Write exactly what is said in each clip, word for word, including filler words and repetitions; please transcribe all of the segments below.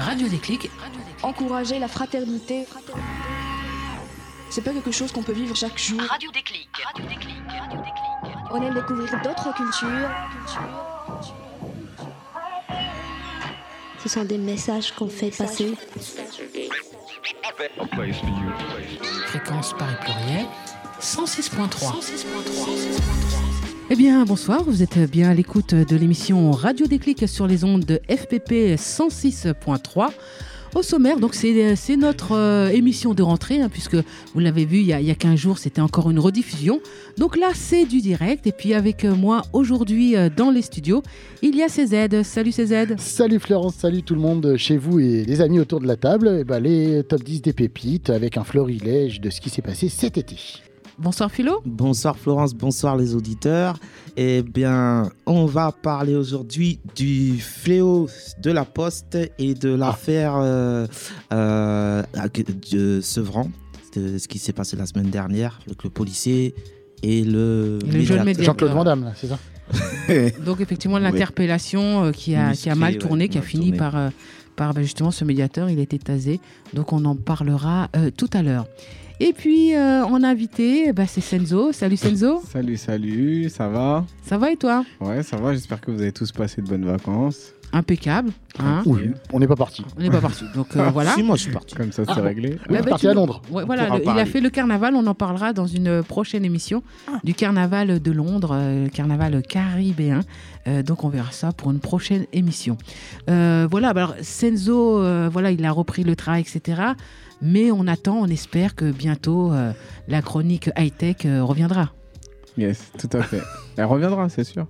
Radio Déclic. Encourager la fraternité, c'est pas quelque chose qu'on peut vivre chaque jour. Radio Déclic. Radio Déclic. Radio Déclic. On aime découvrir d'autres cultures. Ce sont des messages qu'on fait passer. Fréquence Paris Pluriel, cent six point trois. Eh bien, bonsoir, vous êtes bien à l'écoute de l'émission Radio Déclic sur les ondes de F P P cent six point trois. Au sommaire, donc c'est, c'est notre euh, émission de rentrée, hein, puisque vous l'avez vu, il y a, il y a quinze jours, c'était encore une rediffusion. Donc là, c'est du direct. Et puis avec euh, moi, aujourd'hui, euh, dans les studios, il y a C Z. Salut C Z. Salut Florence, salut tout le monde chez vous et les amis autour de la table. Et ben, les top dix des pépites avec un florilège de ce qui s'est passé cet été. Bonsoir Philo. Bonsoir Florence, bonsoir les auditeurs. Eh bien, on va parler aujourd'hui du fléau de la Poste et de l'affaire euh, euh, de Sevran, de ce qui s'est passé la semaine dernière avec le policier et le, le jeune médiateur. Jean-Claude Van Damme, là, c'est ça. Donc effectivement, l'interpellation euh, qui, a, qui a mal tourné, ouais, qui a fini tourné. par, euh, par ben, justement ce médiateur, il a été tasé. Donc on en parlera euh, tout à l'heure. Et puis, euh, en invité, bah, c'est Senzo. Salut Senzo. Salut, salut, ça va ? Ça va et toi ? Ouais, ça va, j'espère que vous avez tous passé de bonnes vacances. Impeccable. Hein ? Oui, on n'est pas parti. On n'est pas parti. Donc euh, voilà. Si, moi je suis parti. Comme ça, c'est ah, réglé. On est bah, parti à Londres. Ouais, voilà, le, il a fait le carnaval, on en parlera dans une prochaine émission ah. du carnaval de Londres, euh, carnaval caribéen. Euh, donc on verra ça pour une prochaine émission. Euh, voilà, bah, alors Senzo, euh, voilà, il a repris le travail, et cetera. Mais on attend, on espère que bientôt euh, la chronique high-tech euh, reviendra. Yes, tout à fait. Elle reviendra, c'est sûr.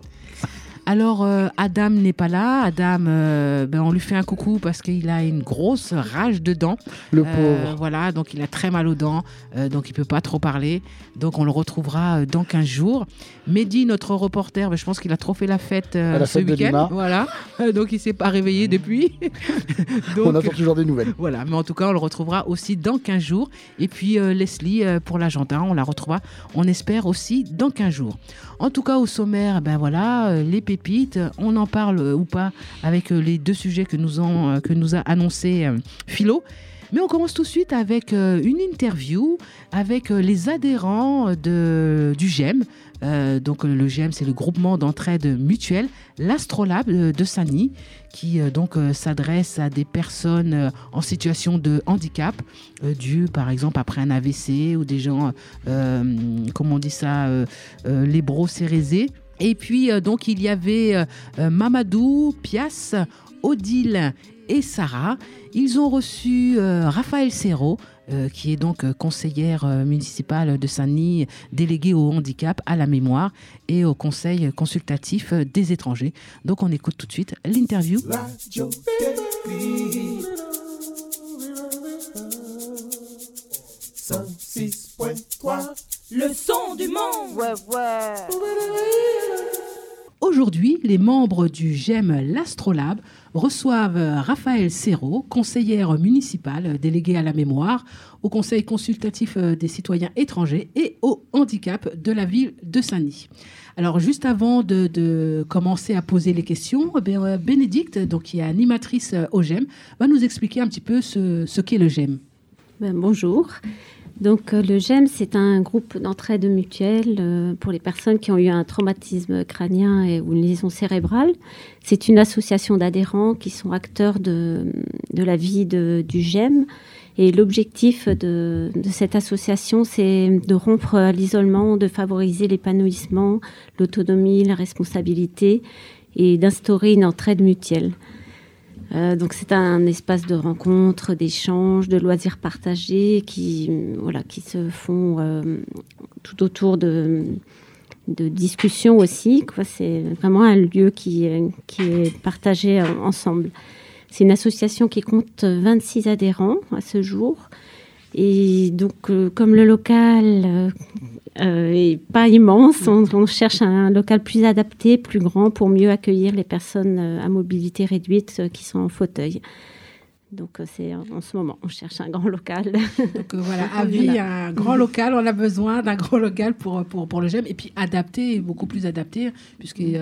Alors, euh, Adam n'est pas là. Adam, euh, ben, on lui fait un coucou parce qu'il a une grosse rage de dents. Le euh, pauvre. Voilà, donc il a très mal aux dents, euh, donc il ne peut pas trop parler. Donc on le retrouvera dans quinze jours. Mehdi, notre reporter, ben, je pense qu'il a trop fait la fête euh, la ce fête week-end. Voilà, donc il ne s'est pas réveillé depuis. Donc, on attend toujours des nouvelles. Voilà, mais en tout cas, on le retrouvera aussi dans quinze jours. Et puis euh, Leslie, euh, pour l'agenda, on la retrouvera, on espère, aussi dans quinze jours. En tout cas, au sommaire, ben voilà, euh, les pépites, on en parle euh, ou pas avec euh, les deux sujets que nous, ont, euh, que nous a annoncé euh, Philo. Mais on commence tout de suite avec euh, une interview avec euh, les adhérents de, du G E M. Euh, donc le G E M, c'est le groupement d'entraide mutuelle, l'Astrolabe de, de Sagny, qui euh, donc euh, s'adresse à des personnes euh, en situation de handicap, euh, dû par exemple après un A V C ou des gens, euh, comment on dit ça, euh, euh, lébrocérésés. Et puis euh, donc il y avait euh, Mamadou, Pias, Odile et Sarah. Ils ont reçu euh, Raphaël Serrault, euh, qui est donc euh, conseillère euh, municipale de Sagny, déléguée au handicap, à la mémoire et au conseil consultatif euh, des étrangers. Donc on écoute tout de suite l'interview. cent six point trois, le son du monde. Ouais, ouais. Aujourd'hui, les membres du G E M l'Astrolabe reçoivent Raphaël Serrault, conseillère municipale déléguée à la mémoire, au conseil consultatif des citoyens étrangers et au handicap de la ville de Sagny. Alors, juste avant de, de commencer à poser les questions, ben, Bénédicte, donc, qui est animatrice au G E M, va nous expliquer un petit peu ce, ce qu'est le G E M. Ben, bonjour. Donc, le G E M, c'est un groupe d'entraide mutuelle euh, pour les personnes qui ont eu un traumatisme crânien et, ou une lésion cérébrale. C'est une association d'adhérents qui sont acteurs de, de la vie de, du G E M. Et l'objectif de, de cette association, c'est de rompre l'isolement, de favoriser l'épanouissement, l'autonomie, la responsabilité et d'instaurer une entraide mutuelle. Euh, donc c'est un espace de rencontre, d'échange, de loisirs partagés qui, voilà, qui se font euh, tout autour de, de discussions aussi, quoi. C'est vraiment un lieu qui, qui est partagé ensemble. C'est une association qui compte vingt-six adhérents à ce jour. Et donc, euh, comme le local euh, est pas immense, on, on cherche un local plus adapté, plus grand, pour mieux accueillir les personnes à mobilité réduite euh, qui sont en fauteuil. Donc, c'est en ce moment, on cherche un grand local. Donc, euh, voilà, avis, voilà. Un grand local, on a besoin d'un grand local pour, pour, pour le G E M. Et puis, adapté, beaucoup plus adapté, puisque euh,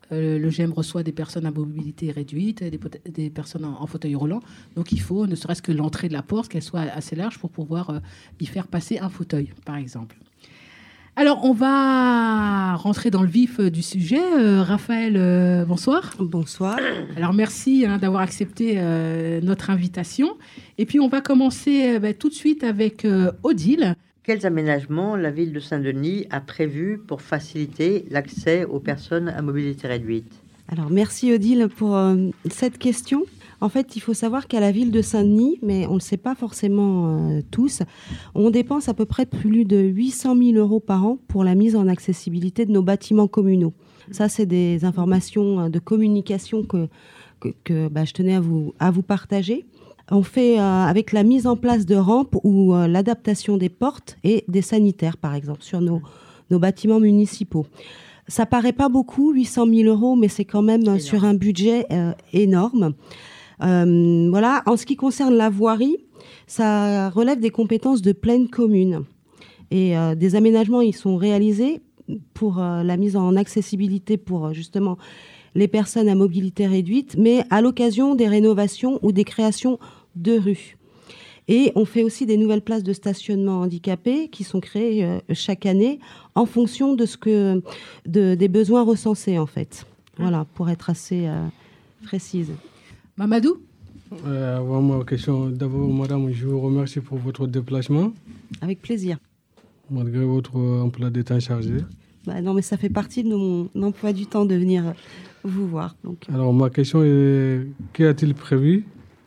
Euh, le G E M reçoit des personnes à mobilité réduite, des, pot- des personnes en, en fauteuil roulant. Donc il faut, ne serait-ce que l'entrée de la porte, qu'elle soit assez large pour pouvoir euh, y faire passer un fauteuil, par exemple. Alors, on va rentrer dans le vif euh, du sujet. Euh, Raphaël, euh, bonsoir. Bonsoir. Alors, merci hein, d'avoir accepté euh, notre invitation. Et puis, on va commencer euh, bah, tout de suite avec euh, Odile. Quels aménagements la ville de Saint-Denis a prévus pour faciliter l'accès aux personnes à mobilité réduite? Alors, merci Odile pour euh, cette question. En fait, il faut savoir qu'à la ville de Saint-Denis, mais on ne le sait pas forcément euh, tous, on dépense à peu près plus de huit cent mille euros par an pour la mise en accessibilité de nos bâtiments communaux. Ça, c'est des informations de communication que, que, que bah, je tenais à vous, à vous partager. On fait euh, avec la mise en place de rampes ou euh, l'adaptation des portes et des sanitaires, par exemple, sur nos, nos bâtiments municipaux. Ça paraît pas beaucoup, huit cent mille euros, mais c'est quand même euh, sur un budget euh, énorme. Euh, voilà. En ce qui concerne la voirie, ça relève des compétences de pleine commune. Et euh, des aménagements, ils sont réalisés pour euh, la mise en accessibilité pour euh, justement les personnes à mobilité réduite, mais à l'occasion des rénovations ou des créations de rues. Et on fait aussi des nouvelles places de stationnement handicapés qui sont créées euh, chaque année en fonction de ce que, de, des besoins recensés, en fait. Voilà, pour être assez euh, précise. Mamadou? euh, Avant ma question, d'abord, madame, je vous remercie pour votre déplacement. Avec plaisir. Malgré votre emploi du temps chargé. Bah non, mais ça fait partie de mon emploi du temps de venir vous voir. Donc. Alors, ma question est, qu'y a-t-il prévu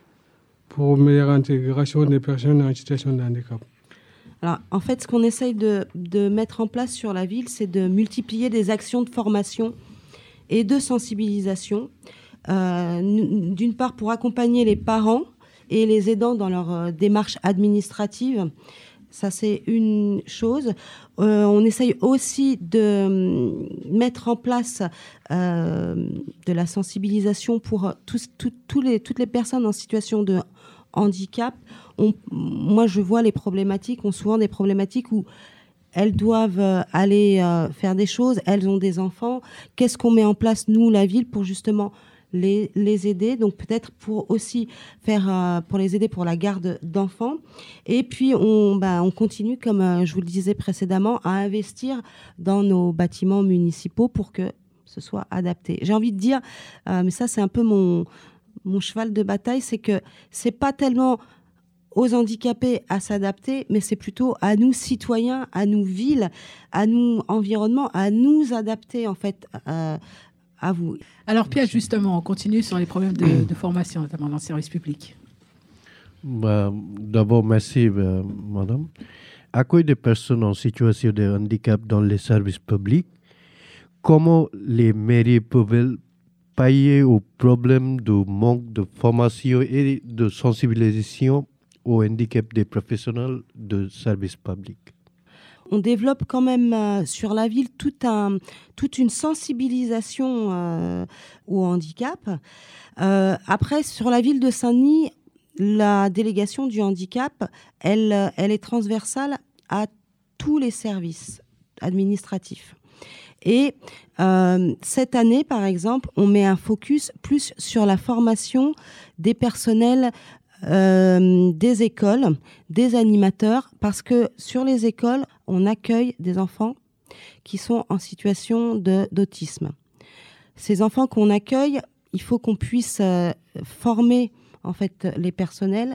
pour une meilleure intégration des personnes en situation de handicap? Alors, en fait, ce qu'on essaye de, de mettre en place sur la ville, c'est de multiplier des actions de formation et de sensibilisation. Euh, d'une part, pour accompagner les parents et les aidants dans leur euh, démarche administrative. Ça, c'est une chose. Euh, on essaye aussi de mettre en place euh, de la sensibilisation pour tous, tout, tous les, toutes les personnes en situation de handicap. On, moi, je vois les problématiques, ont souvent des problématiques où elles doivent aller euh, faire des choses, elles ont des enfants. Qu'est-ce qu'on met en place, nous, la ville, pour justement Les, les aider, donc peut-être pour aussi faire, euh, pour les aider pour la garde d'enfants. Et puis, on, bah, on continue, comme euh, je vous le disais précédemment, à investir dans nos bâtiments municipaux pour que ce soit adapté. J'ai envie de dire, euh, mais ça, c'est un peu mon, mon cheval de bataille, c'est que c'est pas tellement aux handicapés à s'adapter, mais c'est plutôt à nous, citoyens, à nous, villes, à nous, environnements, à nous adapter, en fait, euh, à vous. Alors Pierre, justement, on continue sur les problèmes de, de formation, notamment dans le service public. Bah, d'abord, merci, euh, madame. Accueil des personnes en situation de handicap dans les services publics. Comment les mairies peuvent payer au problème de manque de formation et de sensibilisation au handicap des professionnels de services publics? On développe quand même euh, sur la ville tout un, toute une sensibilisation euh, au handicap. Euh, après, sur la ville de Saint-Denis, la délégation du handicap, elle, elle est transversale à tous les services administratifs. Et euh, cette année, par exemple, on met un focus plus sur la formation des personnels Euh, des écoles, des animateurs, parce que sur les écoles, on accueille des enfants qui sont en situation de, d'autisme. Ces enfants qu'on accueille, il faut qu'on puisse euh, former en fait les personnels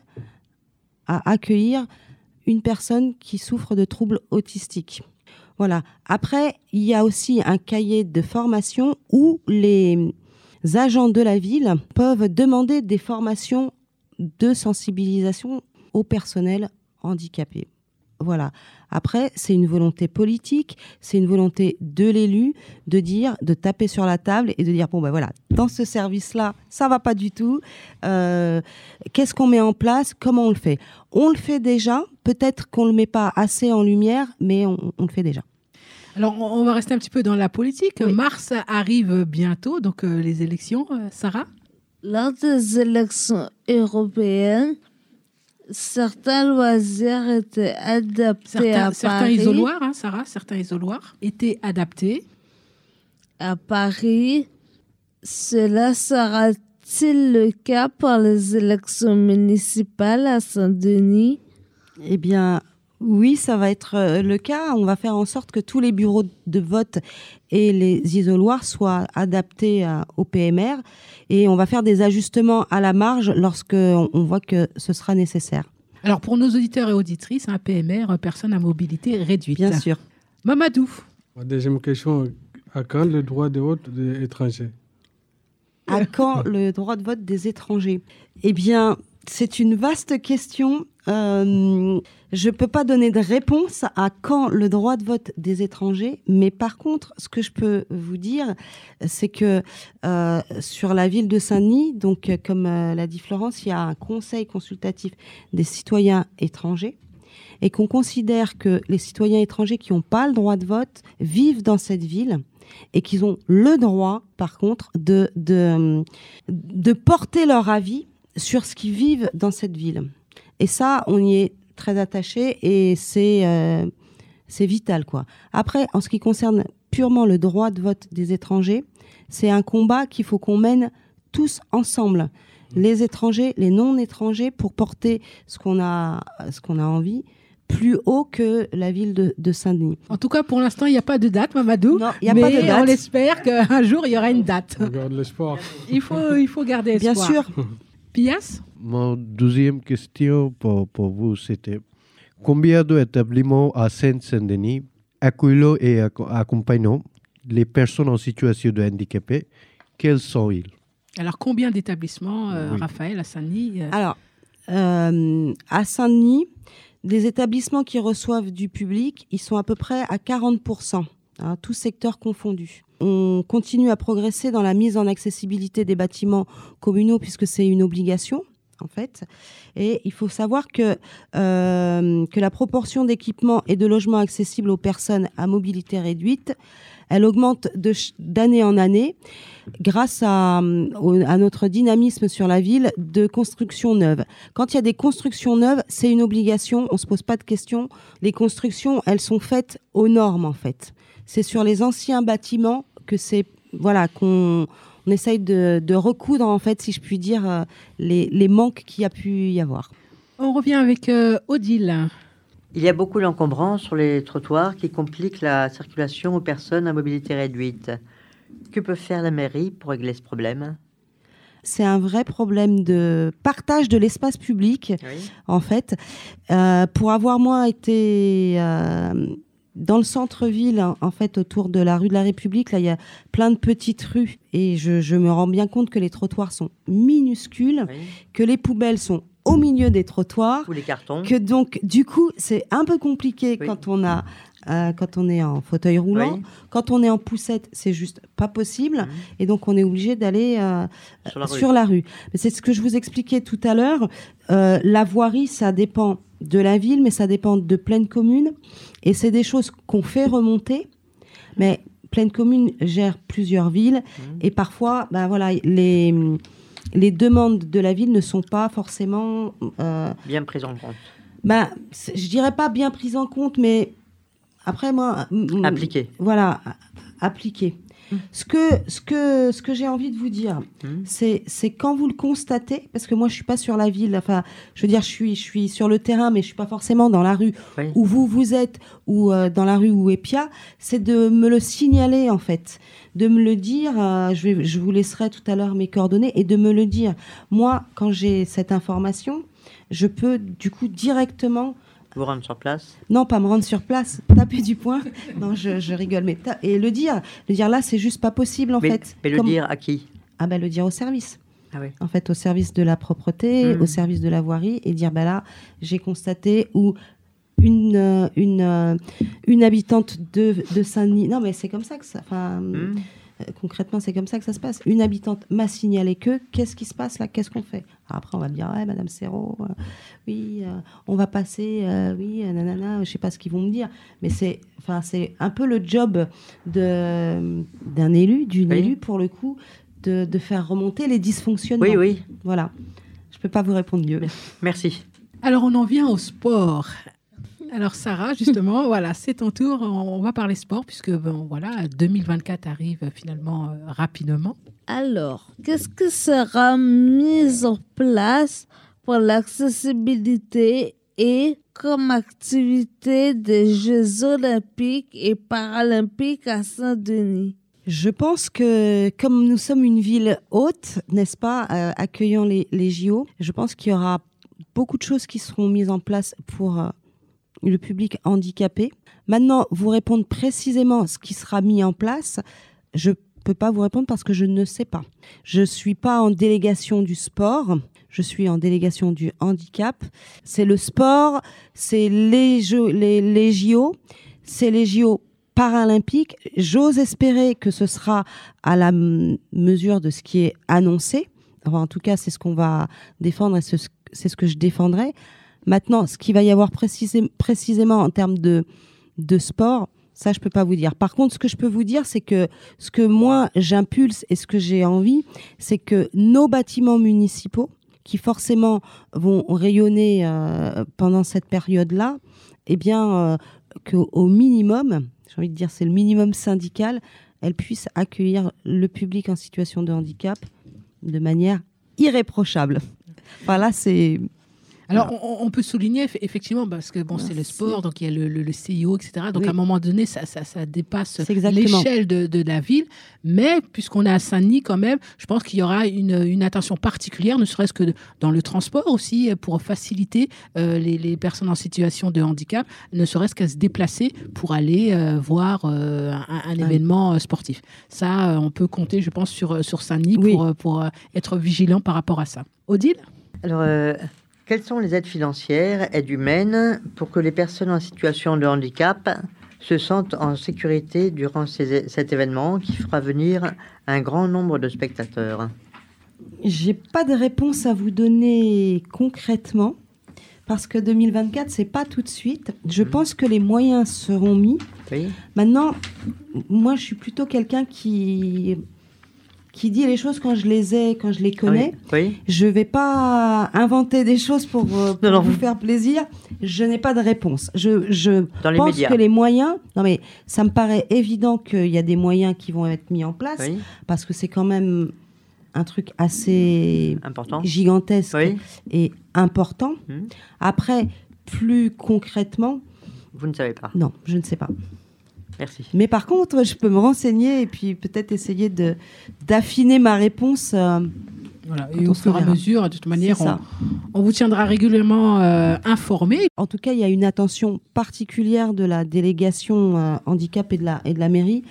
à accueillir une personne qui souffre de troubles autistiques. Voilà. Après, il y a aussi un cahier de formation où les agents de la ville peuvent demander des formations de sensibilisation au personnel handicapé. Voilà. Après, c'est une volonté politique, c'est une volonté de l'élu de dire, de taper sur la table et de dire, bon ben voilà, dans ce service-là, ça va pas du tout. Euh, qu'est-ce qu'on met en place? Comment on le fait? On le fait déjà. Peut-être qu'on le met pas assez en lumière, mais on, on le fait déjà. Alors, on va rester un petit peu dans la politique. Oui. Mars arrive bientôt, donc euh, les élections. Euh, Sarah? Lors des élections européennes, certains loisirs étaient adaptés certains, à certains Paris. Isoloirs, hein, Sarah, certains isoloirs étaient adaptés. À Paris, Cela sera-t-il le cas pour les élections municipales à Saint-Denis? Eh bien, oui, ça va être euh, le cas. On va faire en sorte que tous les bureaux de vote et les isoloirs soient adaptés euh, au P M R et on va faire des ajustements à la marge lorsque on, on voit que ce sera nécessaire. Alors, pour nos auditeurs et auditrices, un P M R, personne à mobilité réduite. Bien sûr. Mamadou. Ma deuxième question, à quand le droit de vote des étrangers? À quand le droit de vote des étrangers? Eh bien, c'est une vaste question. Euh, je ne peux pas donner de réponse à quand le droit de vote des étrangers, mais par contre, ce que je peux vous dire, c'est que euh, sur la ville de Saint-Denis, donc comme euh, l'a dit Florence, il y a un conseil consultatif des citoyens étrangers et qu'on considère que les citoyens étrangers qui n'ont pas le droit de vote vivent dans cette ville et qu'ils ont le droit, par contre, de, de, de porter leur avis sur ce qu'ils vivent dans cette ville. Et ça, on y est très attaché et c'est, euh, c'est vital, quoi. Après, en ce qui concerne purement le droit de vote des étrangers, c'est un combat qu'il faut qu'on mène tous ensemble. Les étrangers, les non-étrangers, pour porter ce qu'on a, ce qu'on a envie plus haut que la ville de, de Saint-Denis. En tout cas, pour l'instant, il n'y a pas de date, Mamadou. Non, il n'y a mais pas de date. On espère qu'un jour, il y aura une date. On garde l'espoir. Il faut, il faut garder espoir. Bien sûr. Pias? Mon deuxième question pour, pour vous, c'était combien d'établissements à Saint-Denis accueillent et accompagnent les personnes en situation de handicap? Quels sont-ils? Alors, combien d'établissements, euh, Oui. Raphaël, à Saint-Denis? euh... Alors, euh, à Saint-Denis, des établissements qui reçoivent du public, ils sont à peu près à quarante pour cent, hein, tous secteurs confondus. On continue à progresser dans la mise en accessibilité des bâtiments communaux puisque c'est une obligation, en fait. Et il faut savoir que, euh, que la proportion d'équipements et de logements accessibles aux personnes à mobilité réduite, elle augmente de, d'année en année grâce à, à notre dynamisme sur la ville de construction neuve. Quand il y a des constructions neuves, c'est une obligation, on ne se pose pas de questions. Les constructions, elles sont faites aux normes, en fait. C'est sur les anciens bâtiments que c'est, voilà, qu'on on essaye de, de recoudre, en fait, si je puis dire, euh, les, les manques qu'il y a pu y avoir. On revient avec euh, Odile. Il y a beaucoup d'encombrants sur les trottoirs qui compliquent la circulation aux personnes à mobilité réduite. Que peut faire la mairie pour régler ce problème? C'est un vrai problème de partage de l'espace public, oui. En fait. Euh, pour avoir, moi, été euh, dans le centre-ville, en fait, autour de la rue de la République, là, il y a plein de petites rues. Et je, je me rends bien compte que les trottoirs sont minuscules, oui. Que les poubelles sont au milieu des trottoirs. Ou les cartons. Que donc, du coup, c'est un peu compliqué oui. quand on a... Euh, quand on est en fauteuil roulant, oui. Quand on est en poussette, c'est juste pas possible, mmh. Et donc on est obligé d'aller euh, sur, la, sur la rue. Mais c'est ce que je vous expliquais tout à l'heure. Euh, la voirie, ça dépend de la ville, mais ça dépend de Pleine Commune, et c'est des choses qu'on fait remonter. Mais Pleine Commune gère plusieurs villes, mmh. Et parfois, ben voilà, les les demandes de la ville ne sont pas forcément euh, bien prises en compte. Ben, je dirais pas bien prises en compte, mais après, moi... Appliquer. Voilà, appliquer. Mmh. Ce que, ce que, ce que j'ai envie de vous dire, mmh. c'est, c'est quand vous le constatez, parce que moi, je ne suis pas sur la ville, enfin, je veux dire, je suis, je suis sur le terrain, mais je ne suis pas forcément dans la rue oui. Où vous, vous êtes, ou euh, dans la rue où est Pia, c'est de me le signaler, en fait, de me le dire, euh, je, vais, je vous laisserai tout à l'heure mes coordonnées, et de me le dire. Moi, quand j'ai cette information, je peux, du coup, directement... Vous rendre sur place? Non, pas me rendre sur place, taper du poing. Non, je, je rigole, mais ta- et le dire, le dire là, c'est juste pas possible en mais, fait. Mais Comme... le dire à qui? Ah ben le dire au service. Ah oui. En fait, au service de la propreté, mmh. Au service de la voirie, et dire ben là, j'ai constaté où une euh, une euh, une habitante de de Saint-Denis. Non, mais c'est comme ça que ça. Enfin. Mmh. Concrètement, c'est comme ça que ça se passe. Une habitante m'a signalé que, qu'est-ce qui se passe là? Qu'est-ce qu'on fait? Alors après, on va me dire, ouais, Madame Serrault, euh, oui, euh, on va passer, euh, oui, euh, nanana, je sais pas ce qu'ils vont me dire. Mais c'est, enfin, c'est un peu le job de, d'un élu, d'une oui. élue, pour le coup, de, de faire remonter les dysfonctionnements. Oui, oui. Voilà. Je peux pas vous répondre mieux. Merci. Alors, on en vient au sport. Alors Sarah, justement, voilà, c'est ton tour. On va parler sport puisque bon, voilà, deux mille vingt-quatre arrive finalement euh, rapidement. Alors, qu'est-ce que sera mis en place pour l'accessibilité et comme activité des Jeux olympiques et paralympiques à Saint-Denis? Je pense que comme nous sommes une ville haute, n'est-ce pas, euh, accueillant les, les J O, je pense qu'il y aura beaucoup de choses qui seront mises en place pour euh, le public handicapé. Maintenant, vous répondre précisément ce qui sera mis en place, je ne peux pas vous répondre parce que je ne sais pas. Je ne suis pas en délégation du sport, je suis en délégation du handicap. C'est le sport, c'est les, jeux, les, les J O, c'est les J O paralympiques. J'ose espérer que ce sera à la m- mesure de ce qui est annoncé. Enfin, en tout cas, c'est ce qu'on va défendre et c'est ce, c'est ce que je défendrai. Maintenant, ce qu'il va y avoir précisé, précisément en termes de, de sport, ça, je ne peux pas vous dire. Par contre, ce que je peux vous dire, c'est que ce que moi, j'impulse et ce que j'ai envie, c'est que nos bâtiments municipaux, qui forcément vont rayonner euh, pendant cette période-là, eh bien, euh, qu'au minimum, j'ai envie de dire c'est le minimum syndical, elles puissent accueillir le public en situation de handicap de manière irréprochable. Voilà, c'est... Alors, on, on peut souligner effectivement, parce que bon, c'est le sport, donc il y a le, le, le C I O, et cetera. Donc, oui. à un moment donné, ça, ça, ça dépasse l'échelle de, de la ville. Mais puisqu'on est à Saint-Denis quand même, je pense qu'il y aura une, une attention particulière, ne serait-ce que dans le transport aussi, pour faciliter euh, les, les personnes en situation de handicap, ne serait-ce qu'à se déplacer pour aller euh, voir euh, un, un oui. événement sportif. Ça, euh, on peut compter, je pense, sur, sur Saint-Denis oui. pour, pour euh, être vigilant par rapport à ça. Odile ? Alors... Euh... Quelles sont les aides financières, aides humaines, pour que les personnes en situation de handicap se sentent en sécurité durant ces, cet événement qui fera venir un grand nombre de spectateurs? J'ai pas de réponse à vous donner concrètement, parce que deux mille vingt-quatre, c'est pas tout de suite. Je mmh. pense que les moyens seront mis. Oui. Maintenant, moi, je suis plutôt quelqu'un qui... qui dit les choses quand je les ai, quand je les connais. Oui, oui. Je ne vais pas inventer des choses pour, pour non, non. vous faire plaisir. Je n'ai pas de réponse. Je, je pense que les moyens... Non, mais ça me paraît évident qu'il y a des moyens qui vont être mis en place, oui. parce que c'est quand même un truc assez important. Gigantesque oui. et important. Hum. Après, plus concrètement... Vous ne savez pas? Non, je ne sais pas. Merci. Mais par contre, je peux me renseigner et puis peut-être essayer de, d'affiner ma réponse. Euh, voilà. Et au fur et à mesure, de toute manière, on, on vous tiendra régulièrement euh, informé. En tout cas, il y a une attention particulière de la délégation euh, handicap et de, la, et de la mairie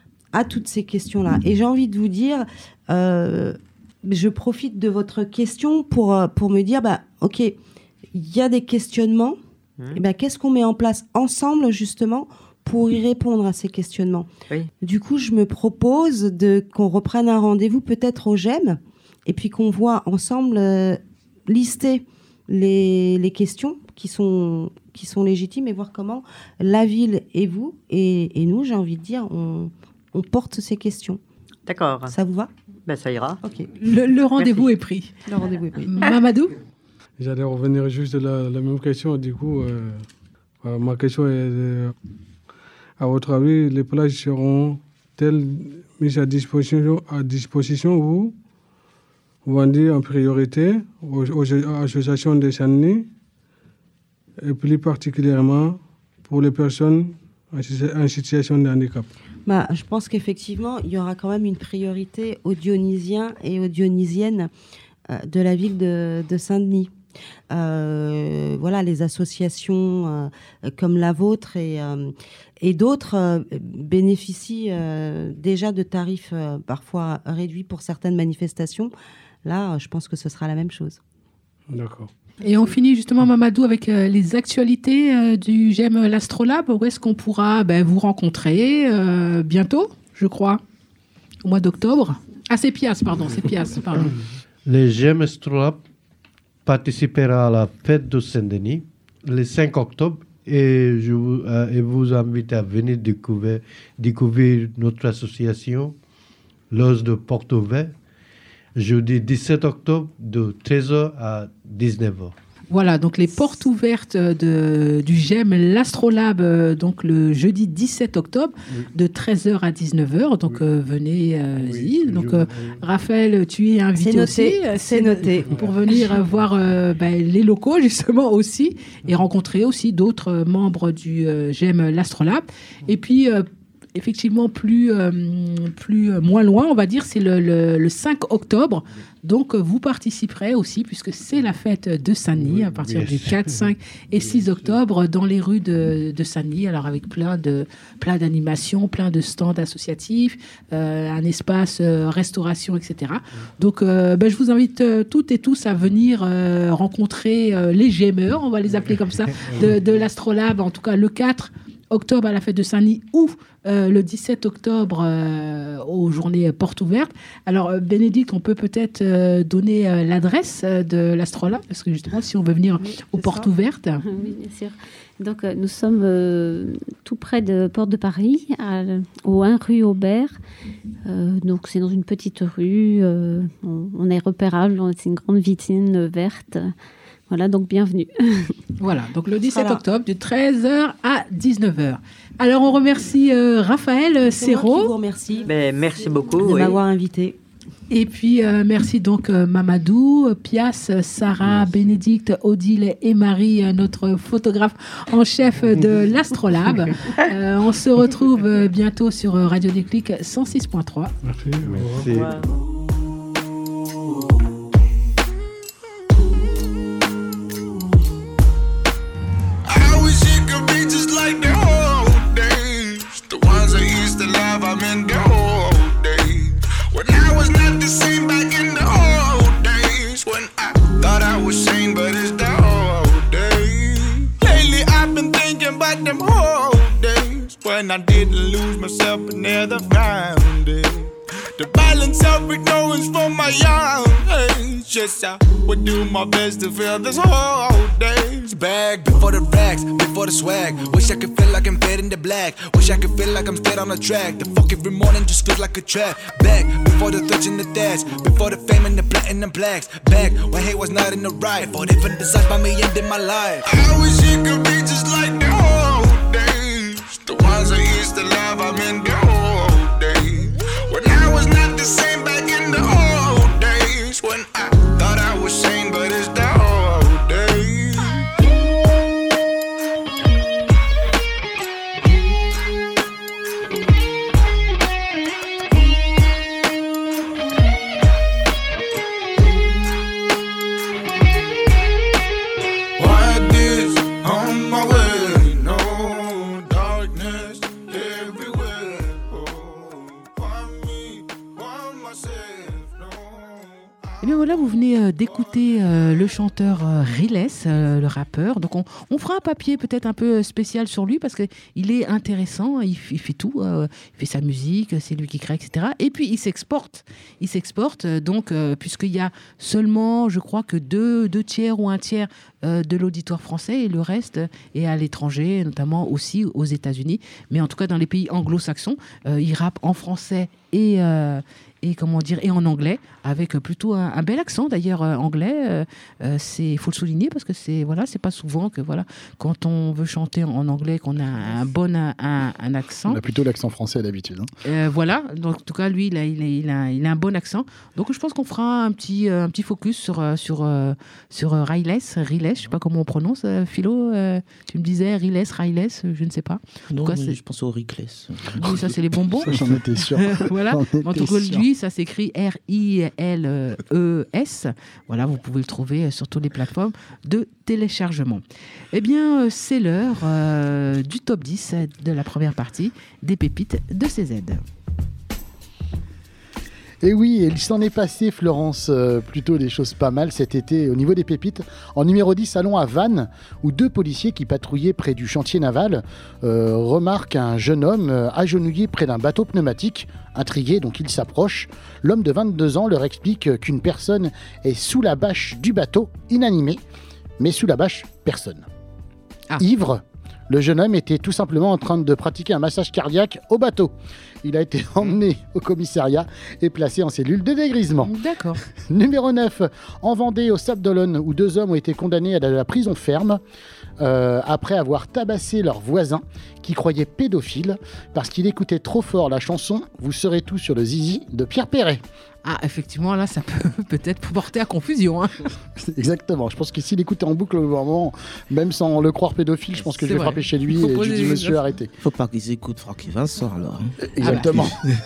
à toutes ces questions-là. Et j'ai envie de vous dire, euh, je profite de votre question pour, pour me dire, bah, OK, il y a des questionnements. Mmh. Et ben, qu'est-ce qu'on met en place ensemble, justement, pour y répondre à ces questionnements. Oui. Du coup, je me propose de, qu'on reprenne un rendez-vous peut-être au G E M et puis qu'on voit ensemble euh, lister les, les questions qui sont, qui sont légitimes et voir comment la ville et vous, et, et nous, j'ai envie de dire, on, on porte ces questions. D'accord. Ça vous va? Ben, ça ira. Okay. Le, le rendez-vous Merci. est pris. Le rendez-vous est pris. Mamadou? J'allais revenir juste de la, la même question. Du coup, euh, euh, ma question est... Euh, à votre avis, les plages seront-elles mises à disposition, à disposition ou vendues en priorité aux, aux associations de Saint-Denis et plus particulièrement pour les personnes en situation de handicap? Bah, je pense qu'effectivement, il y aura quand même une priorité aux Dionysiens et aux Dionysiennes euh, de la ville de, de Saint-Denis. Euh, voilà, les associations euh, comme la vôtre et, euh, et d'autres euh, bénéficient euh, déjà de tarifs euh, parfois réduits pour certaines manifestations. Là, je pense que ce sera la même chose. D'accord. Et on finit justement, Mamadou, avec euh, les actualités euh, du G E M l'Astrolabe. Où est-ce qu'on pourra ben, vous rencontrer euh, bientôt, je crois, au mois d'octobre? Ah, c'est Pias, pardon, c'est Pias, pardon. Le G E M Astrolabe participera à la fête de Saint-Denis le cinq octobre et je vous, euh, et vous invite à venir découvrir, découvrir notre association, l'Os de Porto Vert, jeudi dix-sept octobre de treize heures à dix-neuf heures. Voilà, donc les portes ouvertes de, du G E M l'Astrolabe, euh, donc le jeudi dix-sept octobre, oui. de treize heures à dix-neuf heures. Donc oui. euh, venez-y. Euh, oui, donc euh, oui. Raphaël, tu es invité c'est aussi. Noté, c'est noté. Pour venir euh, voir euh, bah, les locaux, justement, aussi, et rencontrer aussi d'autres membres du euh, G E M l'Astrolabe. Et puis, euh, effectivement, plus, euh, plus euh, moins loin, on va dire, c'est le, le, le cinq octobre. Donc, vous participerez aussi, puisque c'est la fête de Saint-Denis, oui, à partir du quatre, cinq et six octobre, dans les rues de, de Saint-Denis, alors avec plein, de, plein d'animations, plein de stands associatifs, euh, un espace euh, restauration, et cetera. Donc, euh, ben, je vous invite euh, toutes et tous à venir euh, rencontrer euh, les Gémeurs, on va les appeler comme ça, de, de l'Astrolabe, en tout cas le quatre octobre à la fête de Saint-Denis ou euh, le dix-sept octobre euh, aux journées portes ouvertes. Alors, euh, Bénédicte, on peut peut-être euh, donner euh, l'adresse euh, de l'Astrolabe, parce que justement, si on veut venir oui, aux portes ça. ouvertes. Oui, bien sûr. Donc, euh, nous sommes euh, tout près de Porte de Paris, à, au un rue Aubert. Euh, donc, c'est dans une petite rue. Euh, on, on est repérable. C'est une grande vitrine verte. Voilà, donc bienvenue. Voilà, donc le dix-sept octobre, de treize heures à dix-neuf heures. Alors, on remercie euh, Raphaël Serrault. Je vous remercie. Ben, merci beaucoup. De oui. m'avoir invité. Et puis, euh, merci donc euh, Mamadou, Pias, Sarah, merci. Bénédicte, Odile et Marie, euh, notre photographe en chef de l'Astrolabe. Euh, on se retrouve euh, bientôt sur Radio Déclic cent six point trois. Merci. Merci. Wow. In the old days, when I was not the same back in the old days, when I thought I was sane, but it's the old days. Lately I've been thinking about them old days, when I didn't lose myself but never found it. The balance of ignorance from my young age. Yes, I would do my best to feel this whole days. Bag before the racks, before the swag. Wish I could feel like I'm fed in the black. Wish I could feel like I'm straight on the track. The fuck every morning just feels like a trap. Back before the threats and the dash. Before the fame and the platinum blacks. Back when hate was not in the right. For different designs by me ending my life. I wish it could be just like the old days. The ones I used to love, I'm in the old days. When I was not the same back in the old days. When I thought I was sane, but it's the old days. Why this on my way? No darkness everywhere. Et bien voilà, vous venez euh, d'écouter euh, le chanteur euh, Riles, euh, le rappeur. Donc on, on fera un papier peut-être un peu spécial sur lui parce qu'il est intéressant, il, il fait tout, euh, il fait sa musique, c'est lui qui crée, et cetera. Et puis il s'exporte, il s'exporte euh, donc euh, puisqu'il y a seulement, je crois que deux, deux tiers ou un tiers euh, de l'auditoire français et le reste est à l'étranger, notamment aussi aux États-Unis. Mais en tout cas dans les pays anglo-saxons, euh, il rappe en français et euh, et comment dire et en anglais avec plutôt un, un bel accent d'ailleurs euh, anglais euh, c'est faut le souligner parce que c'est voilà c'est pas souvent que voilà quand on veut chanter en anglais qu'on a un bon un, un accent. On a plutôt l'accent français d'habitude hein. euh, voilà donc en tout cas lui il a, il, a, il, a, il a un bon accent donc je pense qu'on fera un petit un petit focus sur sur sur Riles Riles je sais pas comment on prononce euh, Philo euh, tu me disais Riles Riles je ne sais pas en non tout cas, mais je pense au Ricles oui ça c'est les bonbons ça, j'en étais sûr voilà en tout cas lui ça s'écrit R I L E S. Voilà, vous pouvez le trouver sur toutes les plateformes de téléchargement. Eh bien, c'est l'heure euh, du top dix de la première partie des pépites de C Z. Et oui, il s'en est passé, Florence, euh, plutôt des choses pas mal cet été au niveau des pépites. En numéro dix, allons à Vannes, où deux policiers qui patrouillaient près du chantier naval euh, remarquent un jeune homme euh, agenouillé près d'un bateau pneumatique. Intrigués, donc ils s'approchent. L'homme de vingt-deux ans leur explique qu'une personne est sous la bâche du bateau, inanimée, mais sous la bâche, personne. Ah. Ivre, Le jeune homme était tout simplement en train de pratiquer un massage cardiaque au bateau. Il a été emmené au commissariat et placé en cellule de dégrisement. D'accord. Numéro neuf, en Vendée, au Sable d'Olonne, où deux hommes ont été condamnés à la prison ferme euh, après avoir tabassé leur voisin qui croyait pédophile parce qu'il écoutait trop fort la chanson « Vous serez tous sur le zizi » de Pierre Perret. Ah, effectivement, là, ça peut peut-être porter à confusion. Hein. Exactement. Je pense que s'il écoutait en boucle au moment, même sans le croire pédophile, je pense que C'est je vais vrai. frapper chez lui Faut et je poser lui dis les- monsieur, arrêtez. Faut pas qu'ils écoutent Francky Vincent alors. hein. Exactement.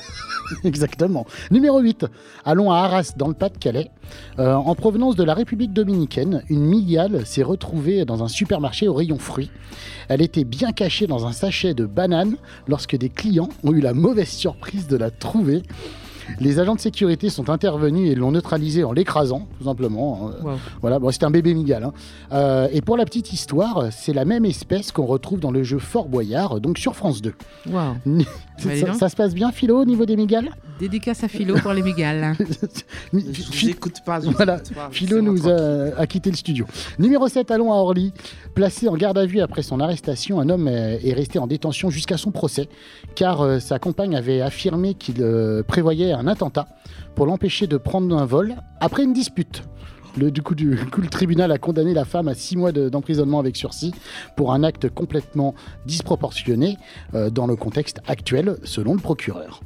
Exactement. Numéro huit. Allons à Arras, dans le Pas-de-Calais. Euh, en provenance de la République dominicaine, une mygale s'est retrouvée dans un supermarché au rayon fruits. Elle était bien cachée dans un sachet de bananes lorsque des clients ont eu la mauvaise surprise de la trouver. Les agents de sécurité sont intervenus et l'ont neutralisé en l'écrasant, tout simplement. Euh, Wow. Voilà, bon, c'était un bébé mygale. Hein. Euh, et pour la petite histoire, c'est la même espèce qu'on retrouve dans le jeu Fort Boyard, donc sur France deux. Waouh. ça, Bah, dis ça- donc. ça se passe bien, Philo, au niveau des mygales? Dédicace à Philo pour les migales. Je vous écoute pas. je vous Voilà, écoute pas, Philo laissez-moi nous a, a quitté le studio. Numéro sept, allons à Orly. Placé en garde à vue après son arrestation, un homme euh, est resté en détention jusqu'à son procès, car euh, sa compagne avait affirmé qu'il euh, prévoyait un attentat pour l'empêcher de prendre un vol après une dispute. Le, du, coup, du coup, le tribunal a condamné la femme à six mois de- d'emprisonnement avec sursis pour un acte complètement disproportionné euh, dans le contexte actuel, selon le procureur.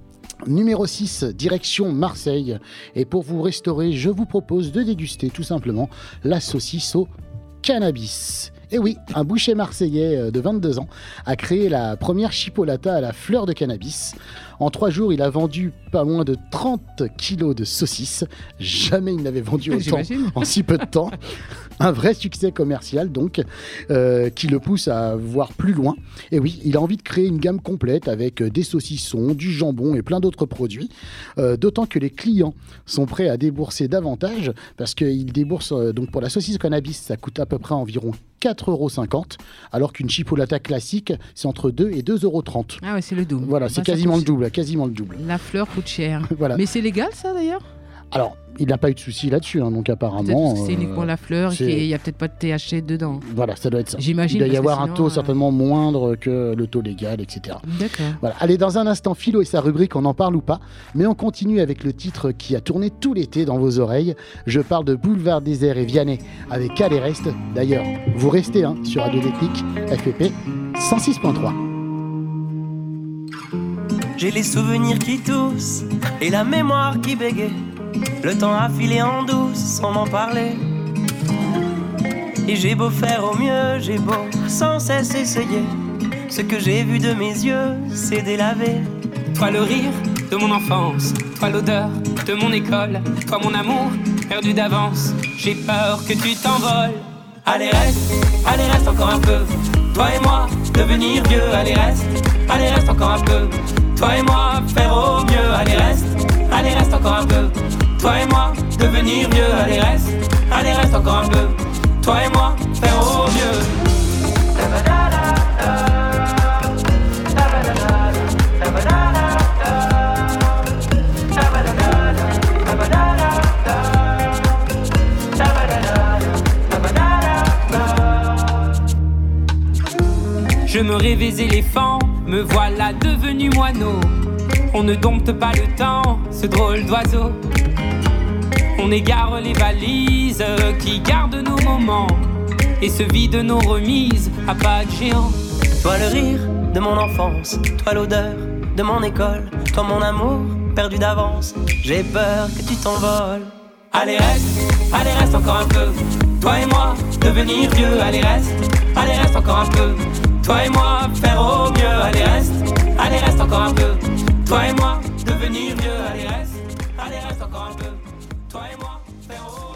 Numéro six, direction Marseille. Et pour vous restaurer, je vous propose de déguster tout simplement la saucisse au cannabis. Et oui, un boucher marseillais euh, de vingt-deux ans a créé la première chipolata à la fleur de cannabis. En trois jours, il a vendu pas moins de trente kilos de saucisses. Jamais il n'avait vendu autant J'imagine. en si peu de temps. Un vrai succès commercial donc, euh, qui le pousse à voir plus loin. Et oui, il a envie de créer une gamme complète avec euh, des saucissons, du jambon et plein d'autres produits. Euh, D'autant que les clients sont prêts à débourser davantage parce qu'ils déboursent, euh, donc pour la saucisse cannabis, ça coûte à peu près environ quatre euros cinquante, alors qu'une chipolata classique, c'est entre deux et deux euros trente. Ah ouais, c'est le double. Voilà, Bah, c'est ça quasiment coûte- le double, quasiment le double. La fleur coûte cher. Voilà. Mais c'est légal, ça, d'ailleurs? Alors, il n'a pas eu de souci là-dessus, hein, donc Peut-être parce apparemment. que c'est euh, uniquement la fleur et c'est- qu'il n'y a peut-être pas de T H C dedans. Voilà, ça doit être ça. J'imagine, Il doit y parce que avoir un sinon, taux euh, certainement moindre que le taux légal, et cetera. D'accord. Voilà. Allez, dans un instant, Philo et sa rubrique On en parle ou pas, mais on continue avec le titre qui a tourné tout l'été dans vos oreilles. Je parle de Boulevard Désert et Vianney avec Cal et Reste. D'ailleurs, vous restez hein, sur Radio Déclic, F P P cent six point trois. J'ai les souvenirs qui toussent et la mémoire qui bégaye. Le temps a filé en douce sans m'en parler. Et j'ai beau faire au mieux, j'ai beau sans cesse essayer. Ce que j'ai vu de mes yeux, c'est délavé. Toi le rire de mon enfance, toi l'odeur de mon école, toi mon amour perdu d'avance. J'ai peur que tu t'envoles. Allez reste, allez reste encore un peu. Toi et moi, devenir vieux. Allez reste, allez reste encore un peu. Toi et moi, faire au mieux. Allez reste, allez reste encore un peu. Toi et moi, devenir vieux. Allez reste, allez reste encore un peu. Toi et moi, faire au mieux. Je me rêvais éléphant, me voilà devenu moineau. On ne dompte pas le temps, ce drôle d'oiseau. On égare les valises qui gardent nos moments et se vide nos remises à pas de géant. Toi le rire de mon enfance, toi l'odeur de mon école, toi mon amour perdu d'avance. J'ai peur que tu t'envoles. Allez reste, allez reste encore un peu. Toi et moi, devenir vieux. Allez reste, allez reste encore un peu. Toi et moi, faire au mieux. Allez reste, allez reste encore un peu. Toi et moi, devenir vieux. Allez reste, allez reste encore un peu. Toi et moi, faire au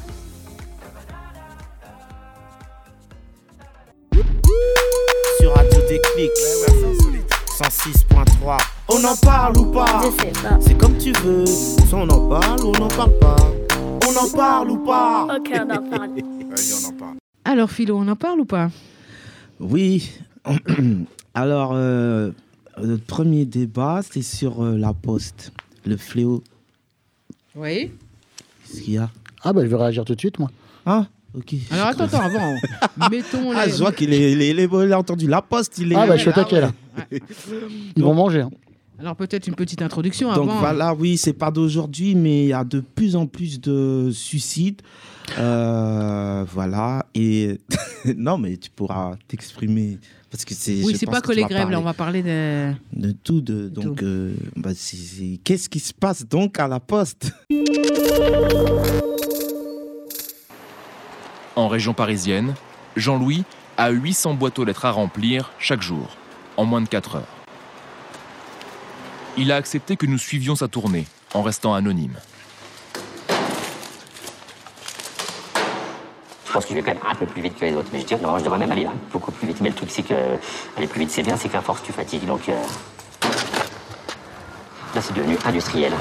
mieux. Sur Radio Déclic cent six point trois. On en parle ou pas? Je sais pas. C'est comme tu veux. Soit on en parle ou on n'en parle pas. On en parle ou pas? Ok, on en parle. Vas-y, on en parle. Alors, Philo, on en parle ou pas? Oui. Alors, euh, le premier débat, c'est sur euh, la Poste, le fléau. Oui. Qu'est-ce qu'il y a? Ah bah je vais réagir tout de suite moi. Ah, Ok. Alors attends, attends, avant. Mettons Ah, les- je vois qu'il est, il est- il est- il a entendu la poste. Il est... Ah, bah, je suis au taquet, là. Ils vont manger. Hein. Alors peut-être une petite introduction Donc avant. voilà, oui, c'est pas d'aujourd'hui, mais il y a de plus en plus de suicides. Euh, voilà. Et non, mais tu pourras t'exprimer. Parce que c'est. Oui, je c'est pense pas que que tu les vas grèves, là, on parler va parler de. de tout. De, donc, euh, bah, c'est- c'est- qu'est-ce qui se passe donc à la poste? En région parisienne, Jean-Louis a huit cents boîtes aux lettres à remplir chaque jour, en moins de quatre heures. Il a accepté que nous suivions sa tournée, en restant anonyme. Je pense que je vais quand même un peu plus vite que les autres. Mais je dirais, non, je devrais même aller là, beaucoup plus vite. Mais le truc, c'est que aller plus vite, c'est bien, c'est qu'à force, tu fatigues. Donc euh, là, c'est devenu industriel.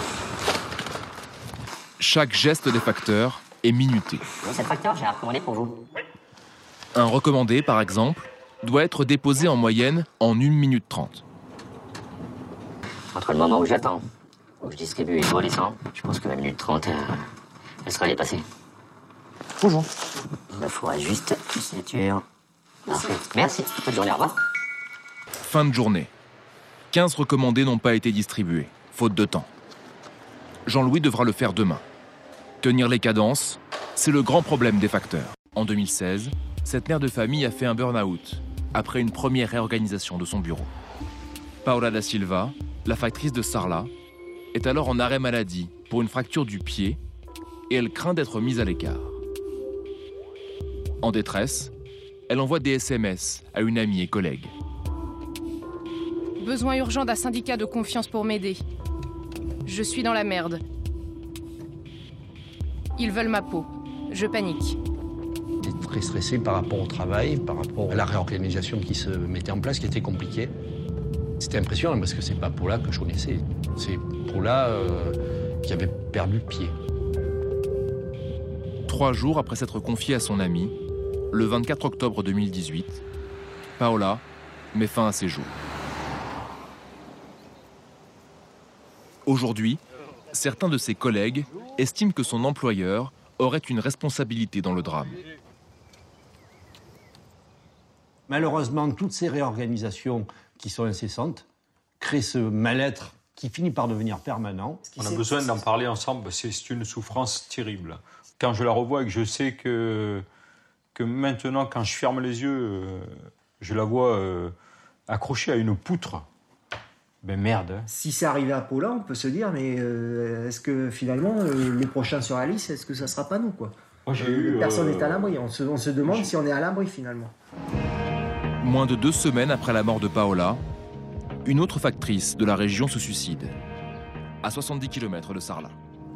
Chaque geste des facteurs est minuté. Cette facteur, j'ai recommandé pour vous. Un recommandé, par exemple, doit être déposé en moyenne en une minute trente. Entre le moment où j'attends, où je distribue et je redescends, je pense que la minute trente, euh, elle sera dépassée. Bonjour. Il me faudra juste une signature. Parfait. Merci. Bonne journée, au revoir. Fin de journée. quinze recommandés n'ont pas été distribués, faute de temps. Jean-Louis devra le faire demain. Tenir les cadences, c'est le grand problème des facteurs. En deux mille seize, cette mère de famille a fait un burn-out après une première réorganisation de son bureau. Paola da Silva, la factrice de Sarlat, est alors en arrêt maladie pour une fracture du pied et elle craint d'être mise à l'écart. En détresse, elle envoie des S M S à une amie et collègue. Besoin urgent d'un syndicat de confiance pour m'aider. Je suis dans la merde. Ils veulent ma peau. Je panique. J'étais très stressé par rapport au travail, par rapport à la réorganisation qui se mettait en place, qui était compliquée. C'était impressionnant parce que c'est pas Paula que je connaissais. C'est Paula euh, qui avait perdu pied. Trois jours après s'être confiée à son ami, le vingt-quatre octobre deux mille dix-huit, Paola met fin à ses jours. Aujourd'hui, certains de ses collègues estiment que son employeur aurait une responsabilité dans le drame. Malheureusement, toutes ces réorganisations qui sont incessantes créent ce mal-être qui finit par devenir permanent. On a besoin d'en parler ensemble, c'est une souffrance terrible. Quand je la revois et que je sais que, que maintenant, quand je ferme les yeux, euh, je la vois euh, accrochée à une poutre, ben merde. Hein. Si c'est arrivé à Paula, on peut se dire, mais euh, est-ce que finalement, euh, le prochain sur Alice, est-ce que ça sera pas nous, quoi? Moi, j'ai euh, eu, Personne euh, n'est à l'abri, on se, on se demande si on est à l'abri finalement. Moins de deux semaines après la mort de Paola, une autre factrice de la région se suicide, à soixante-dix kilomètres de Sarlat.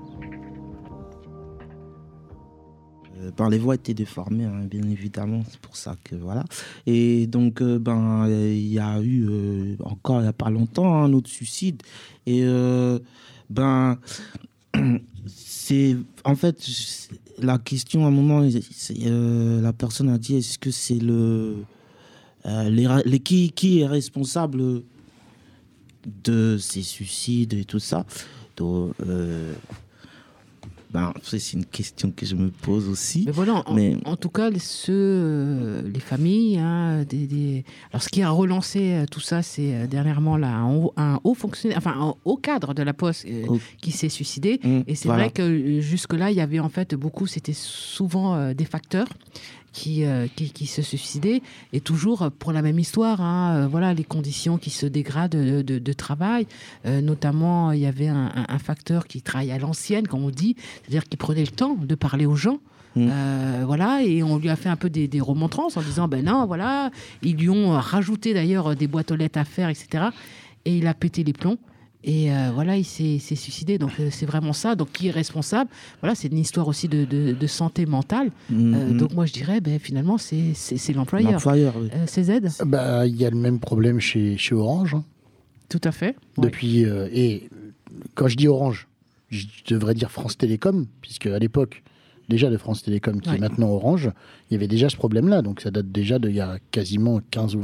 Euh, ben, les voix étaient déformées, hein, bien évidemment, c'est pour ça que voilà. Et donc, euh, ben, il y a eu euh, encore il n'y a pas longtemps un autre suicide. Et euh, ben, c'est en fait c'est- la question à un moment, c'est, euh, la personne a dit est-ce que c'est le euh, les, ra- les- qui qui est responsable de ces suicides et tout ça. Donc, euh, ben, c'est c'est une question que je me pose aussi. Mais voilà, en, Mais- en tout cas, les, ceux, euh, les familles, hein, des, des- alors ce qui a relancé euh, tout ça, c'est euh, dernièrement là, un, haut, un haut fonctionnaire, enfin un haut cadre de la Poste euh, Oh. qui s'est suicidé. Mmh, Et c'est voilà. vrai que euh, jusque-là, il y avait en fait beaucoup, c'était souvent euh, des facteurs. Qui, euh, qui, qui se suicidaient, et toujours pour la même histoire, hein, euh, voilà, les conditions qui se dégradent de, de- de travail. Euh, notamment, il y avait un, un- un facteur qui travaille à l'ancienne, comme on dit, c'est-à-dire qui prenait le temps de parler aux gens. Euh, voilà, et on lui a fait un peu des, des remontrances en disant ben non, voilà, ils lui ont rajouté d'ailleurs des boîtes aux lettres à faire, et cetera. Et il a pété les plombs. Et euh, voilà, il s'est s'est suicidé. Donc euh, c'est vraiment ça. Donc qui est responsable? Voilà, c'est une histoire aussi de, de- de santé mentale. Mhm. Euh, donc moi je dirais, ben, finalement, c'est c'est- c'est l'employeur. L'employeur, oui. Euh, C Z Bah, il y a le même problème chez, chez Orange. hein. Tout à fait. Depuis, euh, et quand je dis Orange, je devrais dire France Télécom, puisque à l'époque, déjà de France Télécom, qui Ouais. est maintenant Orange, il y avait déjà ce problème-là. Donc ça date déjà d'il y a quasiment quinze ou vingt ans.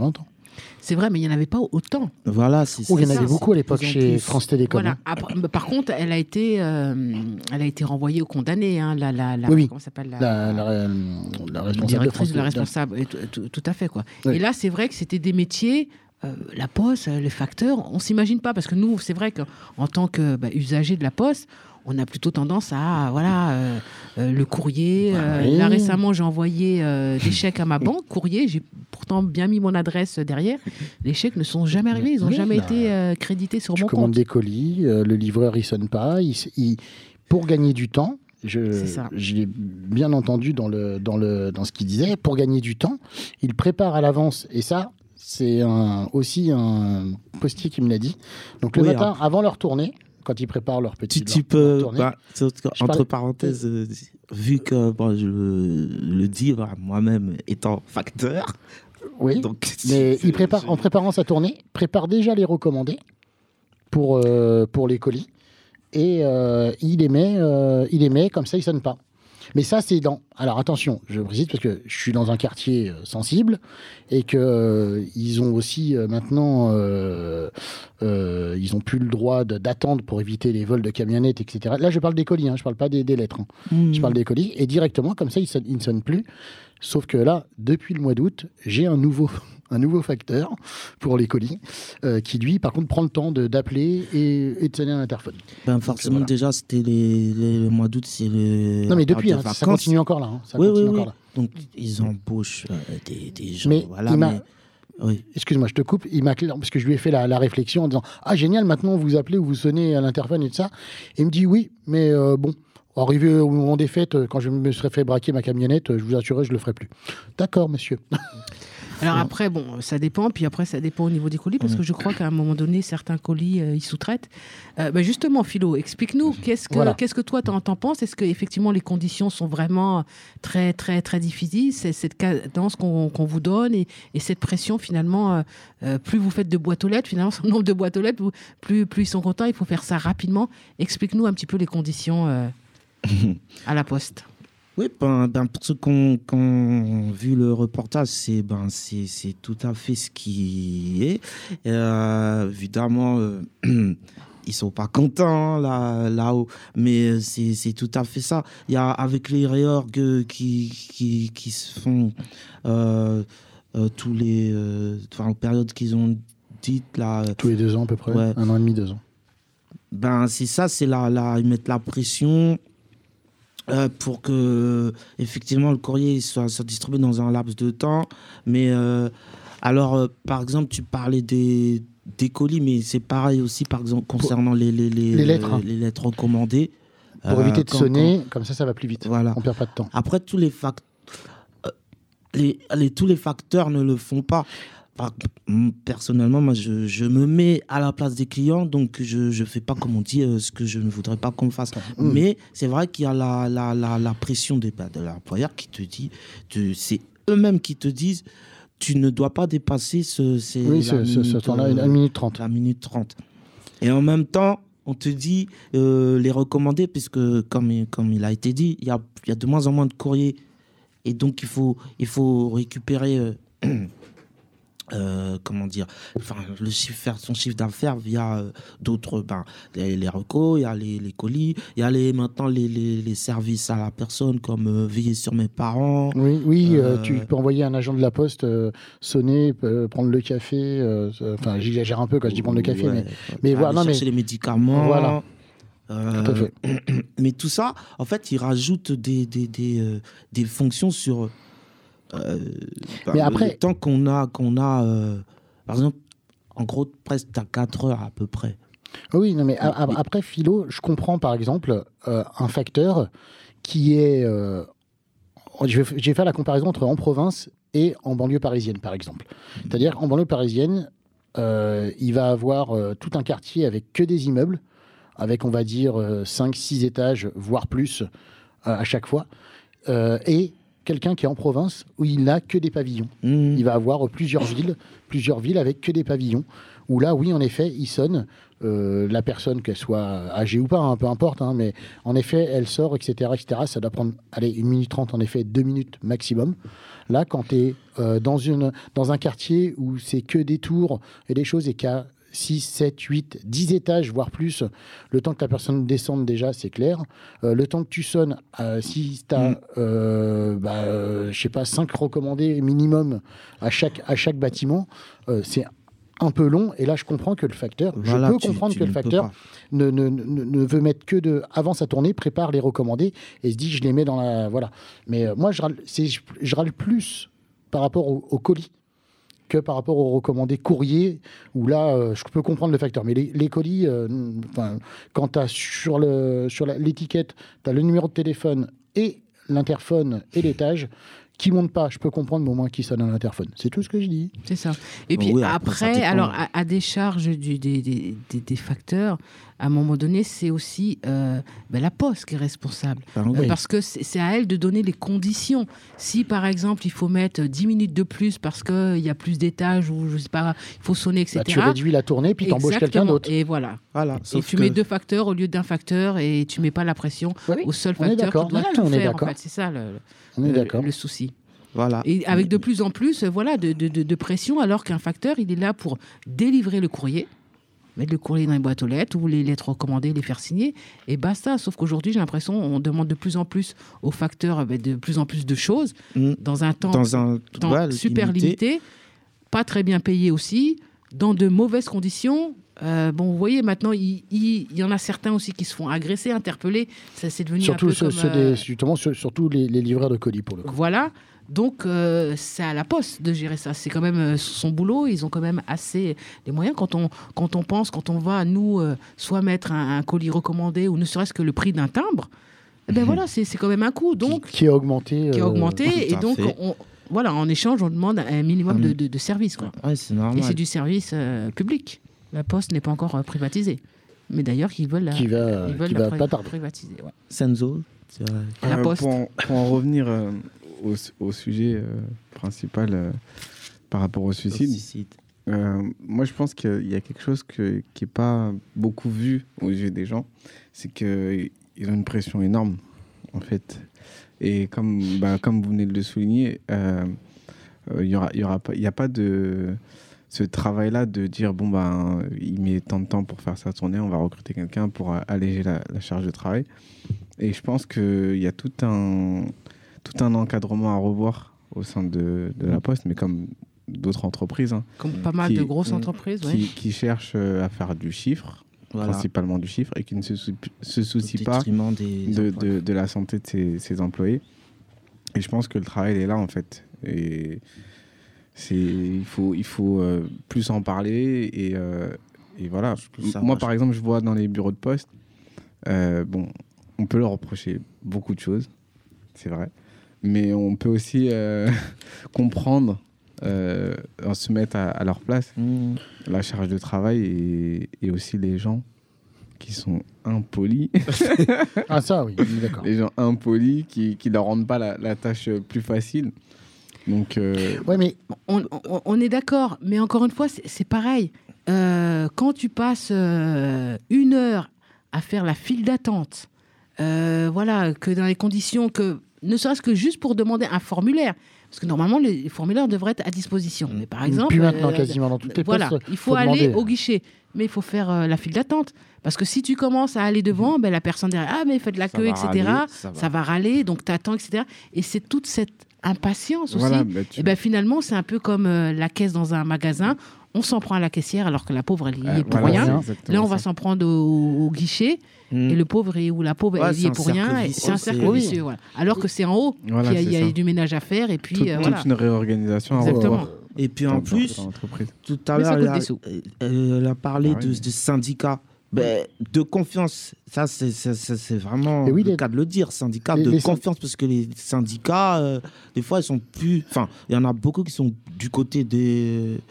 C'est vrai, mais il n'y en avait pas autant. Voilà, c'est Oh, il y en ça, avait c'est beaucoup à de l'époque plus en chez plus. France Télécom. Voilà. hein. Après, mais par contre, elle a été, euh, elle a été renvoyée au condamné. Hein, la, la, la, Oui, oui. comment ça s'appelle la, La, la, la, la responsable de directrice France de la Télé- responsable, et tout, tout- tout à fait quoi. Oui. Et là, c'est vrai que c'était des métiers. euh, la poste, euh, les facteurs, on s'imagine pas parce que nous, c'est vrai qu'en tant que bah, usager de la poste, on a plutôt tendance à voilà euh, euh, le courrier. euh, oui. Là récemment, j'ai envoyé euh, des chèques à ma banque, courrier. J'ai pourtant bien mis mon adresse derrière. Les chèques ne sont jamais arrivés, ils n'ont Oui, jamais bah, été euh, crédités sur Tu mon commandes compte. des colis, euh, le livreur il sonne pas. Il, s- il- pour gagner du temps, je, C'est ça. je l'ai bien entendu dans, le, dans, le, dans ce qu'il disait, pour gagner du temps, il prépare à l'avance. Et ça, c'est un, aussi un postier qui me l'a dit. Donc le Oui, matin, après- avant leur tournée, quand ils préparent leur petit Tu, tu peux, bah, c'est- Je entre parlais- parenthèses, euh, vu que bon, je le, le dis, voilà, moi-même étant facteur, Oui, donc, mais il prépare, en préparant sa tournée, prépare déjà les recommandés pour, euh, pour les colis et euh, il, les met, euh, il les met comme ça, ils ne sonnent pas. Mais ça, c'est dans... Alors attention, je précise parce que je suis dans un quartier euh, sensible et qu'ils euh, ils ont aussi euh, maintenant... Euh, euh, ils n'ont plus le droit de- d'attendre pour éviter les vols de camionnettes, et cetera. Là, je parle des colis, hein, je ne parle pas des, des lettres. hein. Mmh. Je parle des colis. Et directement, comme ça, ils, sonne- ils ne sonnent plus. Sauf que là, depuis le mois d'août, j'ai un nouveau, un nouveau facteur pour les colis euh, qui, lui, par contre, prend le temps de- d'appeler et, et de sonner à l'interphone. ben, forcément, voilà. déjà, c'était les, les- le mois d'août, c'est le. Non, mais la depuis, période hein, de ça vacances. continue encore là. hein, ça oui, continue oui, encore oui. là. Donc, ils embauchent euh, des, des gens. Mais voilà, il m'a- mais- oui. Excuse-moi, je te coupe. Il m'a cla- parce que je lui ai fait la, la réflexion en disant ah génial, maintenant vous appelez ou vous sonnez à l'interphone et tout ça. Et il me dit oui, mais euh, bon, arrivé au moment des fêtes, euh, quand je me serais fait braquer ma camionnette, euh, je vous assurerai, je le ferai plus. D'accord, monsieur. Alors après, bon, ça dépend. Puis après, ça dépend au niveau des colis, parce que je crois qu'à un moment donné, certains colis, euh, ils sous-traitent. Euh, ben justement, Philo, explique-nous, qu'est-ce que, Voilà. qu'est-ce que toi, t'en, t'en penses? Est-ce que effectivement les conditions sont vraiment très, très, très difficiles? C'est cette cadence qu'on, qu'on vous donne et, et cette pression, finalement, euh, euh, plus vous faites de boîtes aux lettres, finalement, le nombre de boîtes aux lettres, vous- plus, plus ils sont contents, il faut faire ça rapidement. Explique-nous un petit peu les conditions euh, à la poste. Oui, ben, ben, pour ceux qui ont, qui ont vu le reportage, c'est ben, c'est, c'est tout à fait ce qui est. Euh, évidemment, euh, ils sont pas contents là, là-haut, mais c'est, c'est tout à fait ça. Il y a avec les réorgs qui, qui, qui se font euh, euh, tous les, euh, enfin, périodes qu'ils ont dites là. Tous les deux ans à peu près, Ouais. un an et demi, deux ans. Ben, c'est ça, c'est là, là, ils mettent la pression euh, pour que, effectivement, le courrier soit, soit distribué dans un laps de temps. Mais, euh, alors, euh, par exemple, tu parlais des, des colis, mais c'est pareil aussi, par exemple, concernant les, les, les, Les lettres, hein. les lettres recommandées. Pour Euh, éviter de quand- sonner, comme ça, ça va plus vite. Voilà. On perd pas de temps. Après, tous les, fact- euh, les, les- tous les facteurs ne le font pas. Par- m- Personnellement, moi, je, je me mets à la place des clients, donc je ne fais pas, comme on dit, euh, ce que je ne voudrais pas qu'on me fasse. Mmh. Mais c'est vrai qu'il y a la, la, la, la pression des, bah, de l'employeur qui te dit, tu- c'est eux-mêmes qui te disent, tu ne dois pas dépasser ce, c'est Oui, la ce, ce, ce minute, temps-là, euh, une minute trente. la minute trente. Et en même temps, on te dit euh, les recommander, puisque comme, il- comme il a été dit, il y a, il y a de moins en moins de courriers. Et donc, il faut, il faut récupérer, euh, euh, comment dire, enfin, le chiffre, faire son chiffre d'affaires via euh, d'autres, ben, les, les recos, il y a les, les colis, il y a les, maintenant les, les, les services à la personne, comme euh, veiller sur mes parents. Oui, oui euh, Euh, tu peux envoyer un agent de la poste euh, sonner, euh, prendre le café. euh, euh, Enfin, j'exagère un peu quand je dis prendre le café, Ouais, mais, ouais. mais Aller voilà. Non, mais chercher les médicaments. Voilà. Euh, Tout à fait. mais tout ça, en fait, il rajoute des, des, des, euh, des fonctions sur euh, ben, Mais après- le temps qu'on a, qu'on a euh, par exemple, en gros, presque à quatre heures à peu près. Oui, non, mais a- a- après, Philo, je comprends par exemple euh, un facteur qui est. euh, je vais, je vais faire la comparaison entre en province et en banlieue parisienne, par exemple. C'est-à-dire qu'en banlieue parisienne, euh, il va avoir euh, tout un quartier avec que des immeubles, avec, on va dire, cinq six étages, voire plus, euh, à chaque fois. Euh, et quelqu'un qui est en province où il n'a que des pavillons. Mmh. Il va avoir plusieurs villes, plusieurs villes avec que des pavillons. Où là, oui, en effet, il sonne. Euh, la personne, qu'elle soit âgée ou pas, hein, peu importe, hein, mais en effet, elle sort, et cetera, et cetera. Ça doit prendre, allez, une minute trente, en effet, deux minutes maximum. Là, quand tu es euh, dans, une, dans un quartier où c'est que des tours et des choses et qu'il y a six, sept, huit, dix étages, voire plus, le temps que la personne descende déjà, c'est clair. Euh, le temps que tu sonnes, euh, si tu as, mm. euh, bah, euh, je sais pas, cinq recommandés minimum à chaque, à chaque bâtiment, euh, c'est un peu long. Et là, je comprends que le facteur, voilà, je peux tu, comprendre tu que le facteur ne, ne, ne, ne veut mettre que de, avant sa tournée, prépare les recommandés et se dit, je les mets dans la, voilà. Mais euh, moi, je râle, c'est, je, je râle plus par rapport au, au colis que par rapport aux recommandés courrier, où là, euh, je peux comprendre le facteur. Mais les, les colis, euh, quand tu as sur, le, sur la, l'étiquette, tu as le numéro de téléphone et l'interphone et l'étage, qui ne monte pas, je peux comprendre, mais au moins qui sonne à l'interphone. C'est tout ce que je dis. C'est ça. Et puis oui, après, alors, à, à des charges du, des, des, des, des facteurs, à un moment donné, c'est aussi euh, ben, la Poste qui est responsable. Ah, oui. euh, parce que c'est, c'est à elle de donner les conditions. Si, par exemple, il faut mettre dix minutes de plus parce qu'il y a plus d'étages ou, je ne sais pas, il faut sonner, et cetera. Bah, tu réduis la tournée, puis tu embauches quelqu'un d'autre. Et voilà. voilà et tu que... mets deux facteurs au lieu d'un facteur et tu ne mets pas la pression oui, au seul facteur qui doit ah, tout on faire. Est d'accord. En fait. C'est ça le, on est le, d'accord. le souci. Voilà. Et avec de plus en plus voilà, de, de, de, de pression, alors qu'un facteur, il est là pour délivrer le courrier, mettre le courrier dans les boîtes aux lettres ou les lettres recommandées, les faire signer, et basta. Sauf qu'aujourd'hui, j'ai l'impression on demande de plus en plus aux facteurs ben, de plus en plus de choses, mmh. dans un temps, dans un, temps ouais, super limité. limité, pas très bien payé aussi, dans de mauvaises conditions. Euh, bon, vous voyez, maintenant, il, il, il y en a certains aussi qui se font agresser, interpeller. Ça, c'est devenu surtout un peu ce, comme... Ceux euh... des, surtout, surtout les, les livreurs de colis, pour le coup. Voilà. Donc, euh, c'est à la Poste de gérer ça. C'est quand même euh, son boulot. Ils ont quand même assez les moyens. Quand on, quand on pense, quand on va, nous, euh, soit mettre un, un colis recommandé ou ne serait-ce que le prix d'un timbre, eh ben mmh. voilà, c'est, c'est quand même un coût. Donc, qui, qui est augmenté. Qui est augmenté. Euh, et donc, on, voilà, en échange, on demande un minimum mmh. de, de, de service. Quoi. Ouais, c'est normal. Et c'est du service euh, public. La Poste n'est pas encore euh, privatisée. Mais d'ailleurs, ils veulent la, qui va, ils veulent qui la va pri- pas privatiser. Ouais. Senzo, c'est vrai. La euh, Poste. Pour en, pour en revenir euh, au, au sujet euh, principal euh, par rapport au suicide, suicide. Euh, moi je pense qu'il y a quelque chose que, qui n'est pas beaucoup vu aux yeux des gens, c'est qu'ils ont une pression énorme en fait. Et comme, bah, comme vous venez de le souligner, il euh, euh, y aura, y aura pas, y a pas de ce travail-là de dire bon ben il met tant de temps pour faire sa tournée, on va recruter quelqu'un pour alléger la, la charge de travail. Et je pense qu'il y a tout un tout un encadrement à revoir au sein de, de la Poste, mais comme d'autres entreprises, hein, comme pas mal qui, de grosses entreprises, qui, ouais. qui cherchent à faire du chiffre, voilà. principalement du chiffre, et qui ne se, se soucient pas de, de, de la santé de ses, ses employés. Et je pense que le travail est là en fait. Et c'est, il faut, il faut euh, plus en parler. Et, euh, et voilà. Ça, moi, par exemple, je vois dans les bureaux de poste, euh, bon, on peut leur reprocher beaucoup de choses, c'est vrai. Mais on peut aussi euh, comprendre, euh, se mettre à, à leur place, mmh. la charge de travail et, et aussi les gens qui sont impolis. Ah ça, oui, d'accord. Les gens impolis qui ne leur rendent pas la, la tâche plus facile. Donc, euh... ouais, mais on, on, on est d'accord. Mais encore une fois, c'est, c'est pareil. Euh, quand tu passes euh, une heure à faire la file d'attente, euh, voilà, que dans les conditions que, ne serait-ce que juste pour demander un formulaire, parce que normalement les formulaires devraient être à disposition. Mais par exemple, puis maintenant euh, quasiment dans toutes les voilà, postes, il faut, faut aller demander. au guichet, mais il faut faire euh, la file d'attente. Parce que si tu commences à aller devant, ben, la personne derrière, ah mais faites la queue, et cetera. Râler, ça, va. ça va râler, donc tu attends, et cetera. Et c'est toute cette impatience aussi. Voilà, bah, tu... Et ben finalement, c'est un peu comme euh, la caisse dans un magasin. On s'en prend à la caissière alors que la pauvre, elle y est euh, pour voilà, rien. Là, on va ça. s'en prendre au, au guichet. Mmh. Et le pauvre est, ou la pauvre, ouais, elle y est pour rien. Et c'est un cercle c'est... vicieux. Voilà. Alors que c'est en haut voilà, qu'il y a, y a du ménage à faire. Et puis, Tout, euh, toute voilà. une réorganisation. Exactement. Et puis en plus, tout à l'heure, elle a, elle a parlé ah, oui. de, de syndicats. Ben, de confiance, ça c'est, c'est, c'est vraiment oui, le les... cas de le dire, syndicat les, de les... confiance, parce que les syndicats, euh, des fois, ils sont plus... Enfin, il y en a beaucoup qui sont du côté des...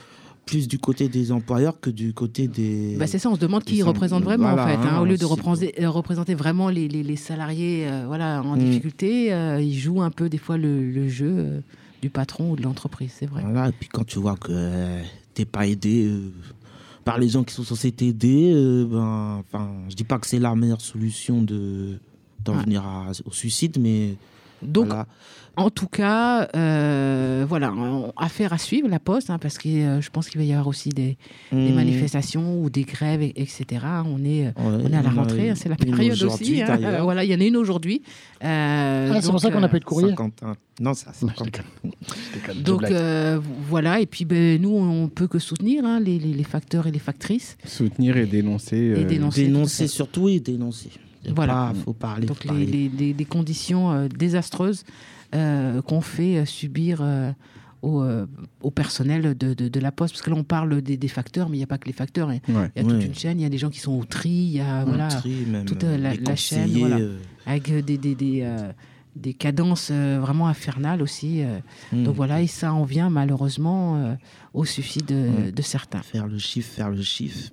plus du côté des employeurs que du côté des... Bah c'est ça, on se demande qui il représente vraiment, voilà, en fait. Hein, hein, au lieu de représenter, euh, représenter vraiment les, les, les salariés euh, voilà, en mm. difficulté, euh, ils jouent un peu des fois le, le jeu euh, du patron ou de l'entreprise, c'est vrai. Voilà, et puis quand tu vois que euh, t'es pas aidé euh, par les gens qui sont censés t'aider, euh, ben, je dis pas que c'est la meilleure solution de, d'en ouais. venir à, au suicide, mais... Donc, voilà. En tout cas, euh, voilà, affaire à suivre, la Poste, hein, parce que euh, je pense qu'il va y avoir aussi des, mmh. des manifestations ou des grèves, et, etc. On est, ouais, on est à la rentrée, hein, c'est la période aussi. Hein, euh, voilà, il y en a une aujourd'hui. Euh, ah, c'est pour ça qu'on n'a pas eu de courrier. cinquante, non, ça, cinquante. Donc euh, voilà, et puis ben, nous, on peut que soutenir hein, les, les, les facteurs et les factrices. Soutenir et dénoncer. Et dénoncer, dénoncer surtout et dénoncer. Voilà, il faut parler. Donc faut parler. Les, les, les conditions euh, désastreuses euh, qu'on fait subir euh, au, euh, au personnel de, de, de la Poste, parce que là on parle des, des facteurs, mais il n'y a pas que les facteurs. Hein. Ouais. Il y a ouais. toute une chaîne, il y a des gens qui sont au tri, il y a voilà, tri, même, toute euh, la, la chaîne, voilà, euh... avec des, des, des, euh, des cadences euh, vraiment infernales aussi. Euh. Mmh. Donc voilà, et ça en vient malheureusement euh, au suicide de, mmh. de certains. Faire le chiffre, faire le chiffre.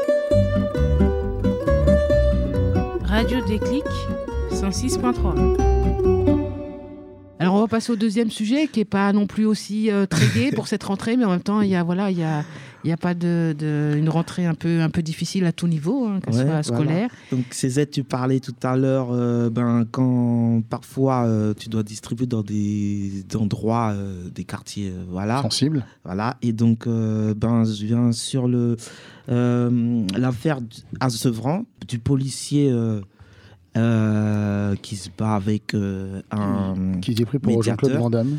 Radio Déclic, cent six point trois. Alors on va passer au deuxième sujet qui n'est pas non plus aussi euh, très gai pour cette rentrée, mais en même temps il y a voilà il y a il y a pas de, de une rentrée un peu un peu difficile à tout niveau, hein, qu'elle ouais, soit scolaire. Voilà. Donc Cézette, tu parlais tout à l'heure, euh, ben quand parfois euh, tu dois distribuer dans des endroits, euh, des quartiers, euh, voilà sensibles. Voilà, et donc euh, ben je viens sur le euh, l'affaire à Sevran du policier. Euh, Euh, qui se bat avec euh, un qui est pris pour Jean-Claude Van Damme.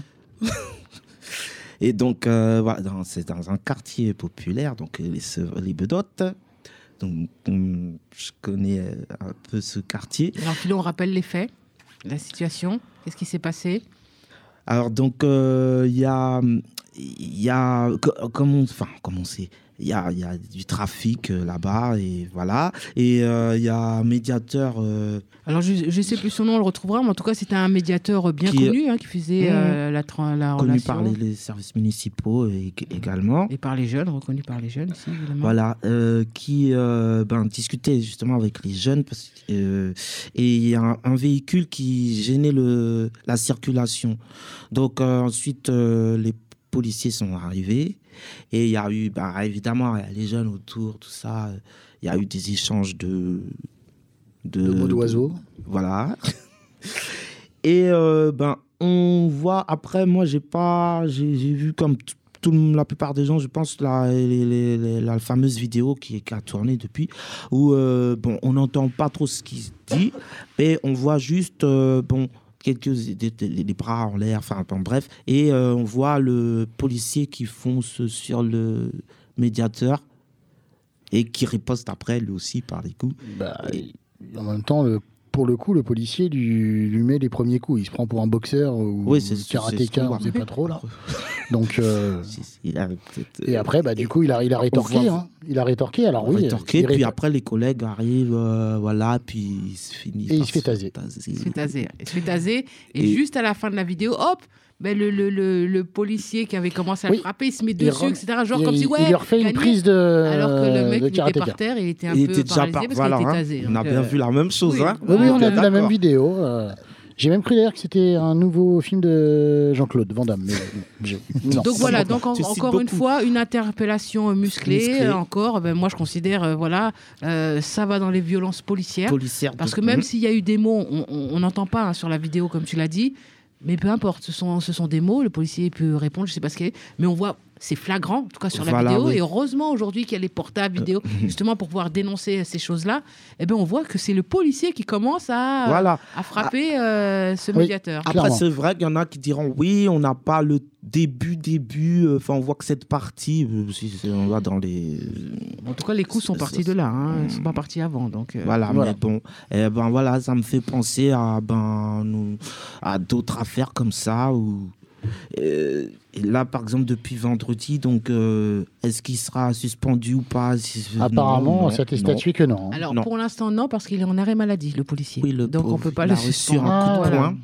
Et donc euh, voilà, dans, c'est dans un quartier populaire, donc les, les Bedottes. Donc um, je connais un peu ce quartier. Alors Philo, on rappelle les faits, la situation, qu'est-ce qui s'est passé? Alors donc il euh, y a il y a comment enfin comment c'est Il y, a, il y a du trafic euh, là-bas, et voilà. Et il euh, y a un médiateur... Euh, Alors, je ne sais plus son nom, on le retrouvera, mais en tout cas, c'était un médiateur bien qui, connu, hein, qui faisait mmh, euh, la, la connu relation. Connu par les, les services municipaux et, également. Et par les jeunes, reconnu par les jeunes aussi, évidemment. Voilà, euh, qui euh, ben, discutait justement avec les jeunes. Parce, euh, et il y a un, un véhicule qui gênait le, la circulation. Donc, euh, ensuite, euh, les policiers sont arrivés. Et il y a eu, bah, évidemment, les jeunes autour, tout ça. Il y a eu des échanges de... De, de mots d'oiseaux. Voilà. Et euh, ben, on voit, après, moi, j'ai pas... J'ai, j'ai vu comme t- tout, la plupart des gens, je pense, la, les, les, les, la fameuse vidéo qui, qui a tourné depuis, où, euh, bon, on n'entend pas trop ce qui se dit, mais on voit juste, euh, bon... quelques des, des, les bras en l'air, enfin bon, bref, et euh, on voit le policier qui fonce sur le médiateur et qui riposte après lui aussi par les coups. Bah, et... En même temps, le, pour le coup, le policier lui, lui met les premiers coups. Il se prend pour un boxeur ou oui, c'est, karatéka, on ne sait pas trop là. Donc, euh... et après, bah, du coup, il a, il a rétorqué. Voit... Hein. Il a rétorqué, alors oui. Rétorqué, puis rétor... après, les collègues arrivent, euh, voilà, puis il se finit. Et il se fait taser. Il se fait taser. Il se fait taser. Et, et juste à la fin de la vidéo, hop, ben le, le, le, le policier qui avait commencé à oui. le frapper, il se met dessus, re... et cetera. Genre il, comme si, ouais. Il lui refait une prise de. Alors que le mec, il était par terre, il était un il peu était paralysé par... parce voilà, qu'il était hein. tasé. On a bien euh... vu la même chose, oui. hein. Oui, oui, on a vu la même vidéo. Euh... J'ai même cru d'ailleurs que c'était un nouveau film de Jean-Claude Van Damme. Mais j'ai... Non, donc voilà, donc en, encore une fois, une interpellation musclée. musclée. Encore, ben moi je considère, euh, voilà, euh, ça va dans les violences policières. policières parce que même mmh. s'il y a eu des mots, on n'entend pas hein, sur la vidéo comme tu l'as dit. Mais peu importe, ce sont, ce sont des mots, le policier peut répondre, je ne sais pas ce qu'il est, mais on voit, c'est flagrant, en tout cas sur la voilà, vidéo, oui. Et heureusement aujourd'hui qu'il y a les portables vidéo, justement pour pouvoir dénoncer ces choses-là, eh ben on voit que c'est le policier qui commence à, voilà. à frapper euh, ce oui. médiateur. Après, clairement. C'est vrai qu'il y en a qui diront, oui, on n'a pas le début, début, enfin on voit que cette partie, si on va dans les... En tout cas, les coups sont partis de là, hein. Ils ne sont pas partis avant. Donc, euh... voilà, voilà, mais bon, eh ben, voilà, ça me fait penser à, ben, nous, à d'autres affaires comme ça, où... Euh, et là, par exemple, depuis vendredi, donc, euh, est-ce qu'il sera suspendu ou pas? Apparemment, non, ça a été statué que non. Alors, non. pour l'instant, non, parce qu'il est en arrêt maladie, le policier. Oui, le donc, pauvre, on peut pas il le suspendre. Un coup de poing.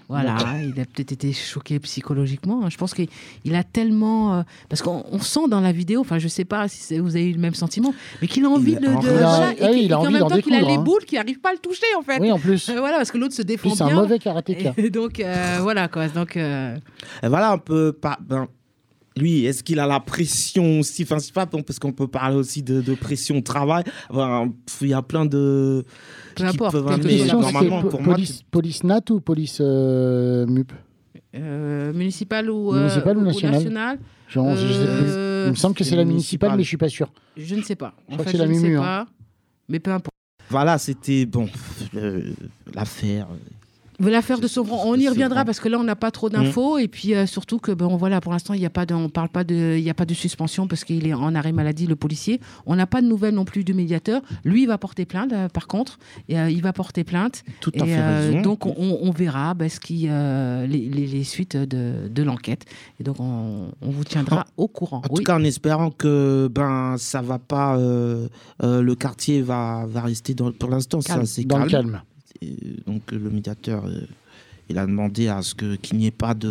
Voilà, il a peut-être été choqué psychologiquement. Je pense qu'il a tellement... Euh, parce qu'on on sent dans la vidéo, enfin je ne sais pas si vous avez eu le même sentiment, mais qu'il a envie il de... de voilà, et, et, et qu'en même temps qu'il a les hein. boules, qu'il n'arrive pas à le toucher en fait. Oui, en plus. Euh, voilà, parce que l'autre se défend plus, bien. C'est un mauvais karatéka. Et donc euh, voilà quoi. Donc, euh... et voilà, on peut pas... Ben... Lui, est-ce qu'il a la pression aussi? Enfin, je sais pas, parce qu'on peut parler aussi de, de pression au travail. Enfin, il y a plein de... Peu importe. Normalement, pour moi, police, tu... police Nat ou police euh, M U P euh, Municipale ou, euh, municipal ou nationale, national Genre, euh, je sais plus. Il me semble que c'est la municipale, mais je suis pas sûr. Je ne sais pas. Je en crois fait, que c'est la Mimu. Hein. Mais peu importe. Voilà, c'était bon, euh, l'affaire... L'affaire de Sauvron, on y reviendra parce que là on n'a pas trop d'infos mmh. et puis euh, surtout que bon voilà pour l'instant il y a pas de, on parle pas de, il y a pas de suspension parce qu'il est en arrêt maladie le policier. On n'a pas de nouvelles non plus du médiateur. Lui il va porter plainte euh, par contre et euh, il va porter plainte. Tout à fait euh, raison. Donc on, on verra bah, ce qui euh, les, les, les suites de, de l'enquête et donc on, on vous tiendra en, au courant. En oui. tout cas en espérant que ben ça va pas, euh, euh, le quartier va va rester dans, pour l'instant ça c'est dans calme. le calme. Et donc le médiateur euh, il a demandé à ce que, qu'il n'y ait pas de...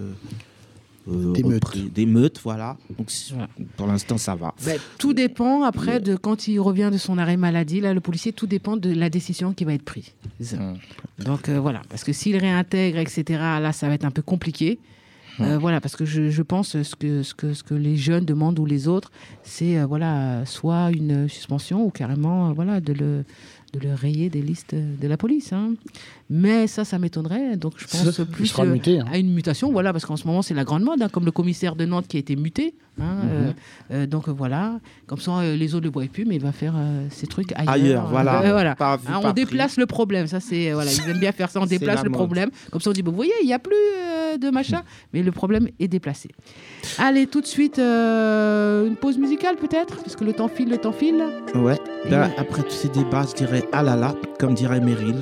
Euh, d'émeutes. D'émeutes, voilà. Donc, voilà. Pour l'instant, ça va. Ben, tout dépend, après, de quand il revient de son arrêt maladie, là, le policier, tout dépend de la décision qui va être prise. Mmh. Donc, euh, voilà. Parce que s'il réintègre, et cetera, là, ça va être un peu compliqué. Mmh. Euh, voilà, parce que je, je pense ce que, ce, que, ce que les jeunes demandent ou les autres, c'est euh, voilà, soit une suspension ou carrément euh, voilà, de le... de le rayer des listes de la police. Hein. Mais ça, ça m'étonnerait. Donc, je pense ça, plus euh, muté, hein. à une mutation. Voilà, parce qu'en ce moment, c'est la grande mode, hein, comme le commissaire de Nantes qui a été muté. Hein, mm-hmm. euh, euh, donc, euh, voilà. Comme ça, euh, les autres ne le voient plus, mais il va faire euh, ses trucs ailleurs. Ailleurs, voilà. Euh, voilà. Pas, hein, on déplace le problème. Ça, c'est, voilà, ils aiment bien faire ça. On déplace le mode. problème. Comme ça, on dit, bah, vous voyez, il n'y a plus euh, de machin. Mais le problème est déplacé. Allez, tout de suite, euh, une pause musicale peut-être, parce que le temps file, le temps file. Ouais. Ben, après tous ces débats, je dirais ah là là, comme dirait Meryl.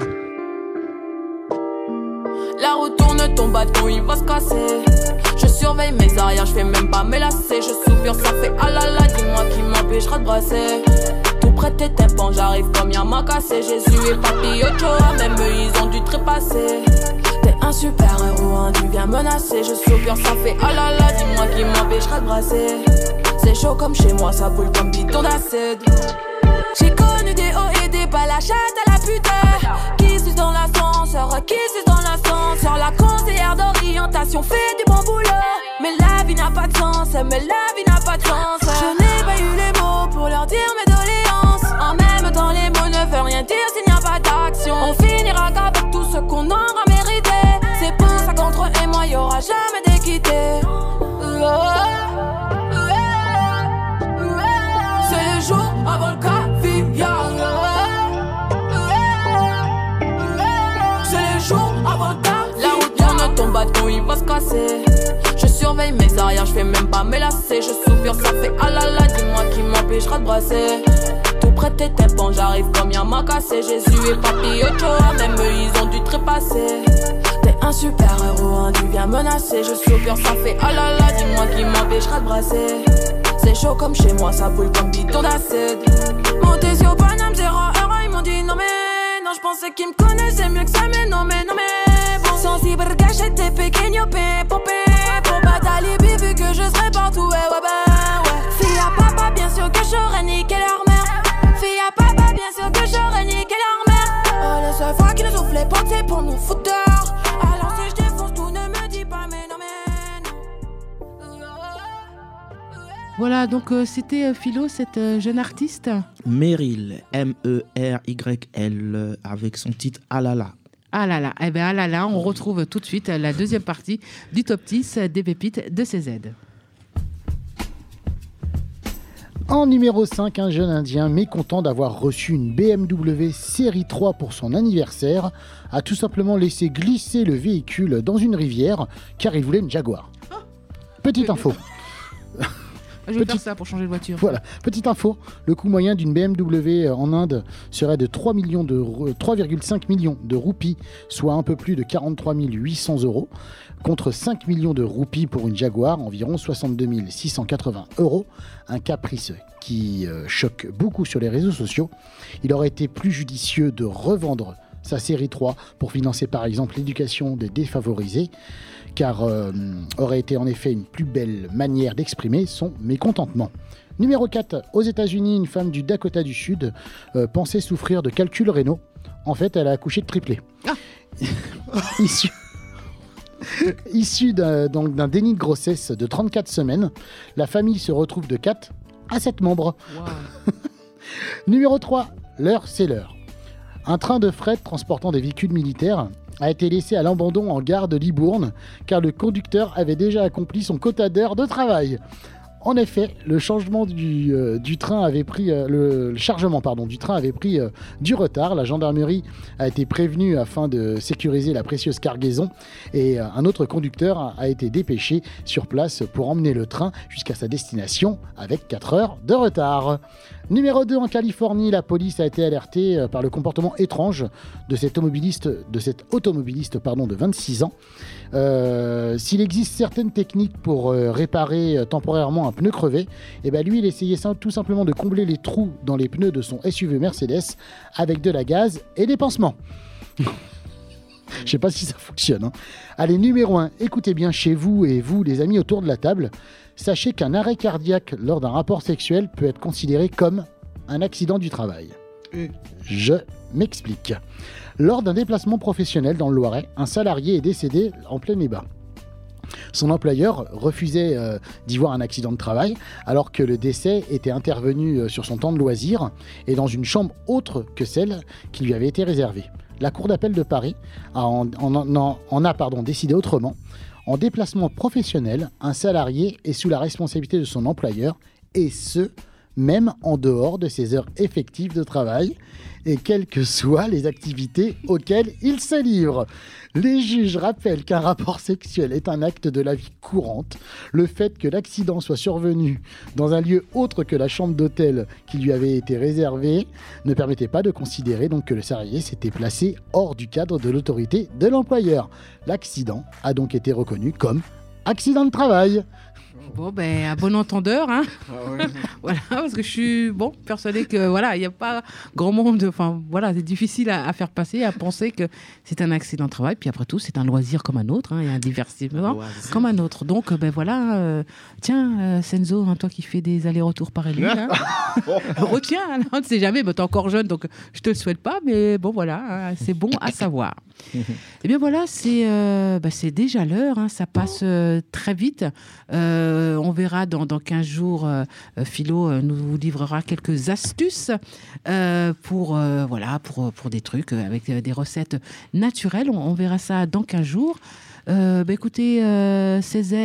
La route tourne, ton bâton il va se casser. Je surveille mes arrières, je fais même pas mes lacets. Je soupire, ça fait ah là là, dis-moi qui m'empêchera de brasser. Tout près tes tympans, j'arrive comme y'a m'a cassé. Jésus et Papi Ochoa, même eux ils ont dû trépasser. T'es un super héros, hein, tu viens menacer. Je soupire, ça fait ah là là, dis-moi qui m'empêchera de brasser. C'est chaud comme chez moi, ça brûle comme bidon d'acide. J'ai connu des hauts et des bas, la chatte à la putain. Qui suce dans l'ascenseur, qui suce dans l'ascenseur. La conseillère d'orientation fait du bon boulot. Mais la vie n'a pas de sens, mais la vie n'a pas de sens. Je n'ai pas eu les mots pour leur dire mes doléances. En même temps les mots ne veulent rien dire s'il n'y a pas d'action. On finira qu'avec tout ce qu'on aura mérité. C'est pour ça qu'entre eux et moi y'aura jamais d'équité. C'est le jour avant le caviar. C'est le jour avant le caviar. La route tourne, ton bâton il va se casser. Je surveille mes arrières, je fais même pas mes lacets. Je soupire, ça fait ah là là, dis-moi qui m'empêchera de brasser. Tout près tes tympans, j'arrive comme y'a m'a cassé. Jésus et Papi Ochoa, même eux ils ont dû trépasser. T'es un super héros, hein, tu viens menacer. Je soupire, ça fait ah là là, dis-moi qui m'empêchera de brasser. C'est chaud comme chez moi, ça brûle comme bidon d'acide. Monté sur Paname, zéro heure, ils m'ont dit non mais non, je pensais qu'ils me connaissaient mieux que ça, mais non mais non mais bon. Sensible, gâchette, t'es pequeño, popé. Pour pas t'alibi, vu que je serai partout, ouais, ouais, bah, ouais. Fille à papa, bien sûr que j'aurais niqué leur mère. Fille à papa, bien sûr que j'aurais niqué leur mère. Oh, la seule fois qu'ils nous soufflent les potes, c'est pour nous foutre dehors. Alors si je défonce tout, ne me dis pas, mais non mais non. Voilà, donc euh, c'était euh, Philo, cette euh, jeune artiste. Meryl, M E R Y L, avec son titre Ah là là. Ah là là, eh bien ah là là, on retrouve tout de suite la deuxième partie du top dix des pépites de C Z. En numéro cinq, un jeune Indien mécontent d'avoir reçu une B M W série trois pour son anniversaire a tout simplement laissé glisser le véhicule dans une rivière car il voulait une Jaguar. Petite info. Je vais Petit... faire ça pour changer de voiture. Voilà, petite info, le coût moyen d'une B M W en Inde serait de trois virgule cinq millions de roupies, soit un peu plus de quarante-trois mille huit cents euros, contre cinq millions de roupies pour une Jaguar, environ soixante-deux mille six cent quatre-vingts euros. Un caprice qui euh, choque beaucoup sur les réseaux sociaux. Il aurait été plus judicieux de revendre sa série trois pour financer par exemple l'éducation des défavorisés, car euh, aurait été en effet une plus belle manière d'exprimer son mécontentement. Numéro quatre, aux États-Unis, une femme du Dakota du Sud euh, pensait souffrir de calculs rénaux. En fait, elle a accouché de triplé. Ah. Issue Issue d'un, donc, d'un déni de grossesse de trente-quatre semaines, la famille se retrouve de quatre à sept membres. Wow. Numéro trois, l'heure, c'est l'heure. Un train de fret transportant des véhicules militaires a été laissé à l'abandon en gare de Libourne, car le conducteur avait déjà accompli son quota d'heures de travail. En effet, le changement du, euh, du train avait pris euh, le, le chargement pardon, du train avait pris euh, du retard. La gendarmerie a été prévenue afin de sécuriser la précieuse cargaison et euh, un autre conducteur a, a été dépêché sur place pour emmener le train jusqu'à sa destination avec quatre heures de retard. Numéro deux, en Californie, la police a été alertée par le comportement étrange de cet automobiliste, de cet automobiliste pardon, de vingt-six ans. Euh, s'il existe certaines techniques pour euh, réparer euh, temporairement un pneu crevé, eh ben lui, il essayait ça, tout simplement de combler les trous dans les pneus de son S U V Mercedes avec de la gaz et des pansements. Je ne sais pas si ça fonctionne. Hein. Allez, numéro un, écoutez bien chez vous et vous, les amis autour de la table. Sachez qu'un arrêt cardiaque lors d'un rapport sexuel peut être considéré comme un accident du travail. Je m'explique. Lors d'un déplacement professionnel dans le Loiret, un salarié est décédé en plein ébat. Son employeur refusait euh, d'y voir un accident de travail, alors que le décès était intervenu euh, sur son temps de loisir et dans une chambre autre que celle qui lui avait été réservée. La Cour d'appel de Paris a en, en, en, en a pardon, décidé autrement. En déplacement professionnel, un salarié est sous la responsabilité de son employeur, et ce, même en dehors de ses heures effectives de travail, et quelles que soient les activités auxquelles il se livre. Les juges rappellent qu'un rapport sexuel est un acte de la vie courante. Le fait que l'accident soit survenu dans un lieu autre que la chambre d'hôtel qui lui avait été réservée ne permettait pas de considérer donc que le salarié s'était placé hors du cadre de l'autorité de l'employeur. L'accident a donc été reconnu comme accident de travail. Bon, ben, à bon entendeur, hein. Ah ouais. Voilà, parce que je suis, bon, persuadée que, voilà, il n'y a pas grand monde, enfin, voilà, c'est difficile à, à faire passer, à penser que c'est un accident de travail, puis après tout, c'est un loisir comme un autre, hein, et un divertissement ouais, comme un autre. Donc, ben voilà, euh, tiens, euh, Senzo, hein, toi qui fais des allers-retours par lui, hein, retiens, hein, on ne sait jamais, ben, t'es encore jeune, donc je te le souhaite pas, mais bon, voilà, hein, c'est bon à savoir. Eh bien voilà, c'est, euh, bah, c'est déjà l'heure, hein, ça passe euh, très vite. Euh, on verra dans, dans quinze jours, euh, Philo euh, nous livrera quelques astuces euh, pour, euh, voilà, pour, pour des trucs euh, avec euh, des recettes naturelles. On, on verra ça dans quinze jours. Euh, bah écoutez, euh, C Z,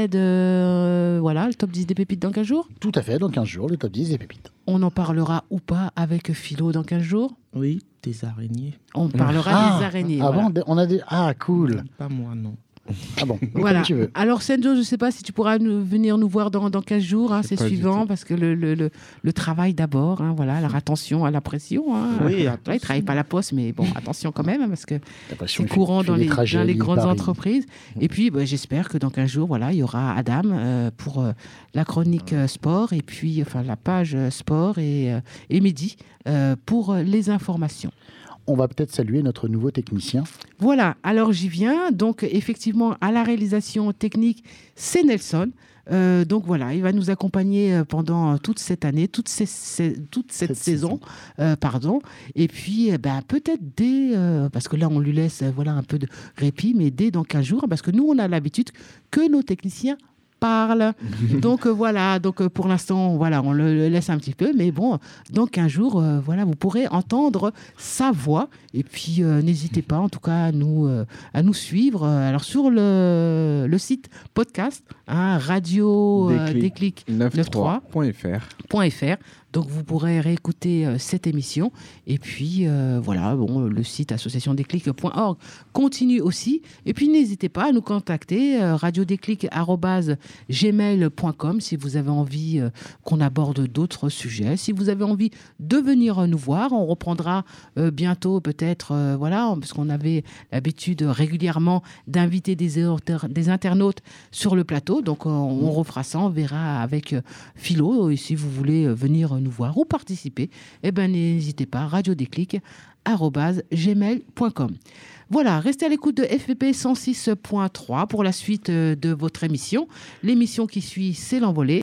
euh, voilà, le top dix des pépites dans quinze jours. Tout à fait, dans quinze jours, le top dix des pépites. On en parlera ou pas avec Philo dans quinze jours. Oui, des araignées. On parlera ah, des araignées. Ah voilà. bon, on a des... Ah, cool. Pas moi, non. Ah bon, voilà. Comme tu veux. Alors Senzo, je ne sais pas si tu pourras nous, venir nous voir dans, dans quinze jours, hein, c'est suivant, parce que le, le, le, le travail d'abord, hein, voilà, alors attention à la pression. Hein. Oui, là, il ne travaille pas à la poste, mais bon, attention quand même, parce que c'est courant fait, dans, les, les, trajets, dans les grandes Paris. entreprises. Et puis, bah, j'espère que dans quinze jours, voilà, il y aura Adam euh, pour euh, la chronique euh, sport, et puis enfin, la page euh, sport, et, euh, et Mehdi euh, pour euh, les informations. On va peut-être saluer notre nouveau technicien. Voilà, alors j'y viens. Donc, effectivement, à la réalisation technique, c'est Nelson. Euh, donc voilà, il va nous accompagner pendant toute cette année, toute, ces, ces, toute cette, cette saison, saison. Euh, pardon. Et puis, ben, peut-être dès, euh, parce que là, on lui laisse voilà, un peu de répit, mais dès dans quinze jours, parce que nous, on a l'habitude que nos techniciens parle. Donc euh, voilà, donc euh, pour l'instant, voilà, on le laisse un petit peu, mais bon, dans quinze jours, euh, voilà, vous pourrez entendre sa voix. Et puis euh, n'hésitez pas, en tout cas, à nous, euh, à nous suivre. Alors sur le, le site podcast, hein, radio euh, déclic neuf trois point f r. Donc vous pourrez réécouter euh, cette émission. Et puis euh, voilà, bon, le site association déclic point org continue aussi. Et puis n'hésitez pas à nous contacter, euh, radiodéclic arobase gmail point com si vous avez envie euh, qu'on aborde d'autres sujets. Si vous avez envie de venir nous voir, on reprendra euh, bientôt peut-être, euh, voilà, parce qu'on avait l'habitude régulièrement d'inviter des, des internautes sur le plateau. Donc euh, on refera ça, on verra avec euh, Philo, et si vous voulez venir nous voir ou participer, eh ben, n'hésitez pas, radiodéclic arobase gmail point com. Voilà, restez à l'écoute de F P P cent six point trois pour la suite de votre émission. L'émission qui suit, c'est l'envolée.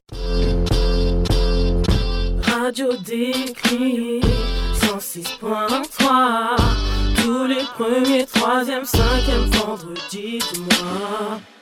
Radio Déclic cent six point trois, tous les premiers, troisièmes, cinquièmes vendredis du mois.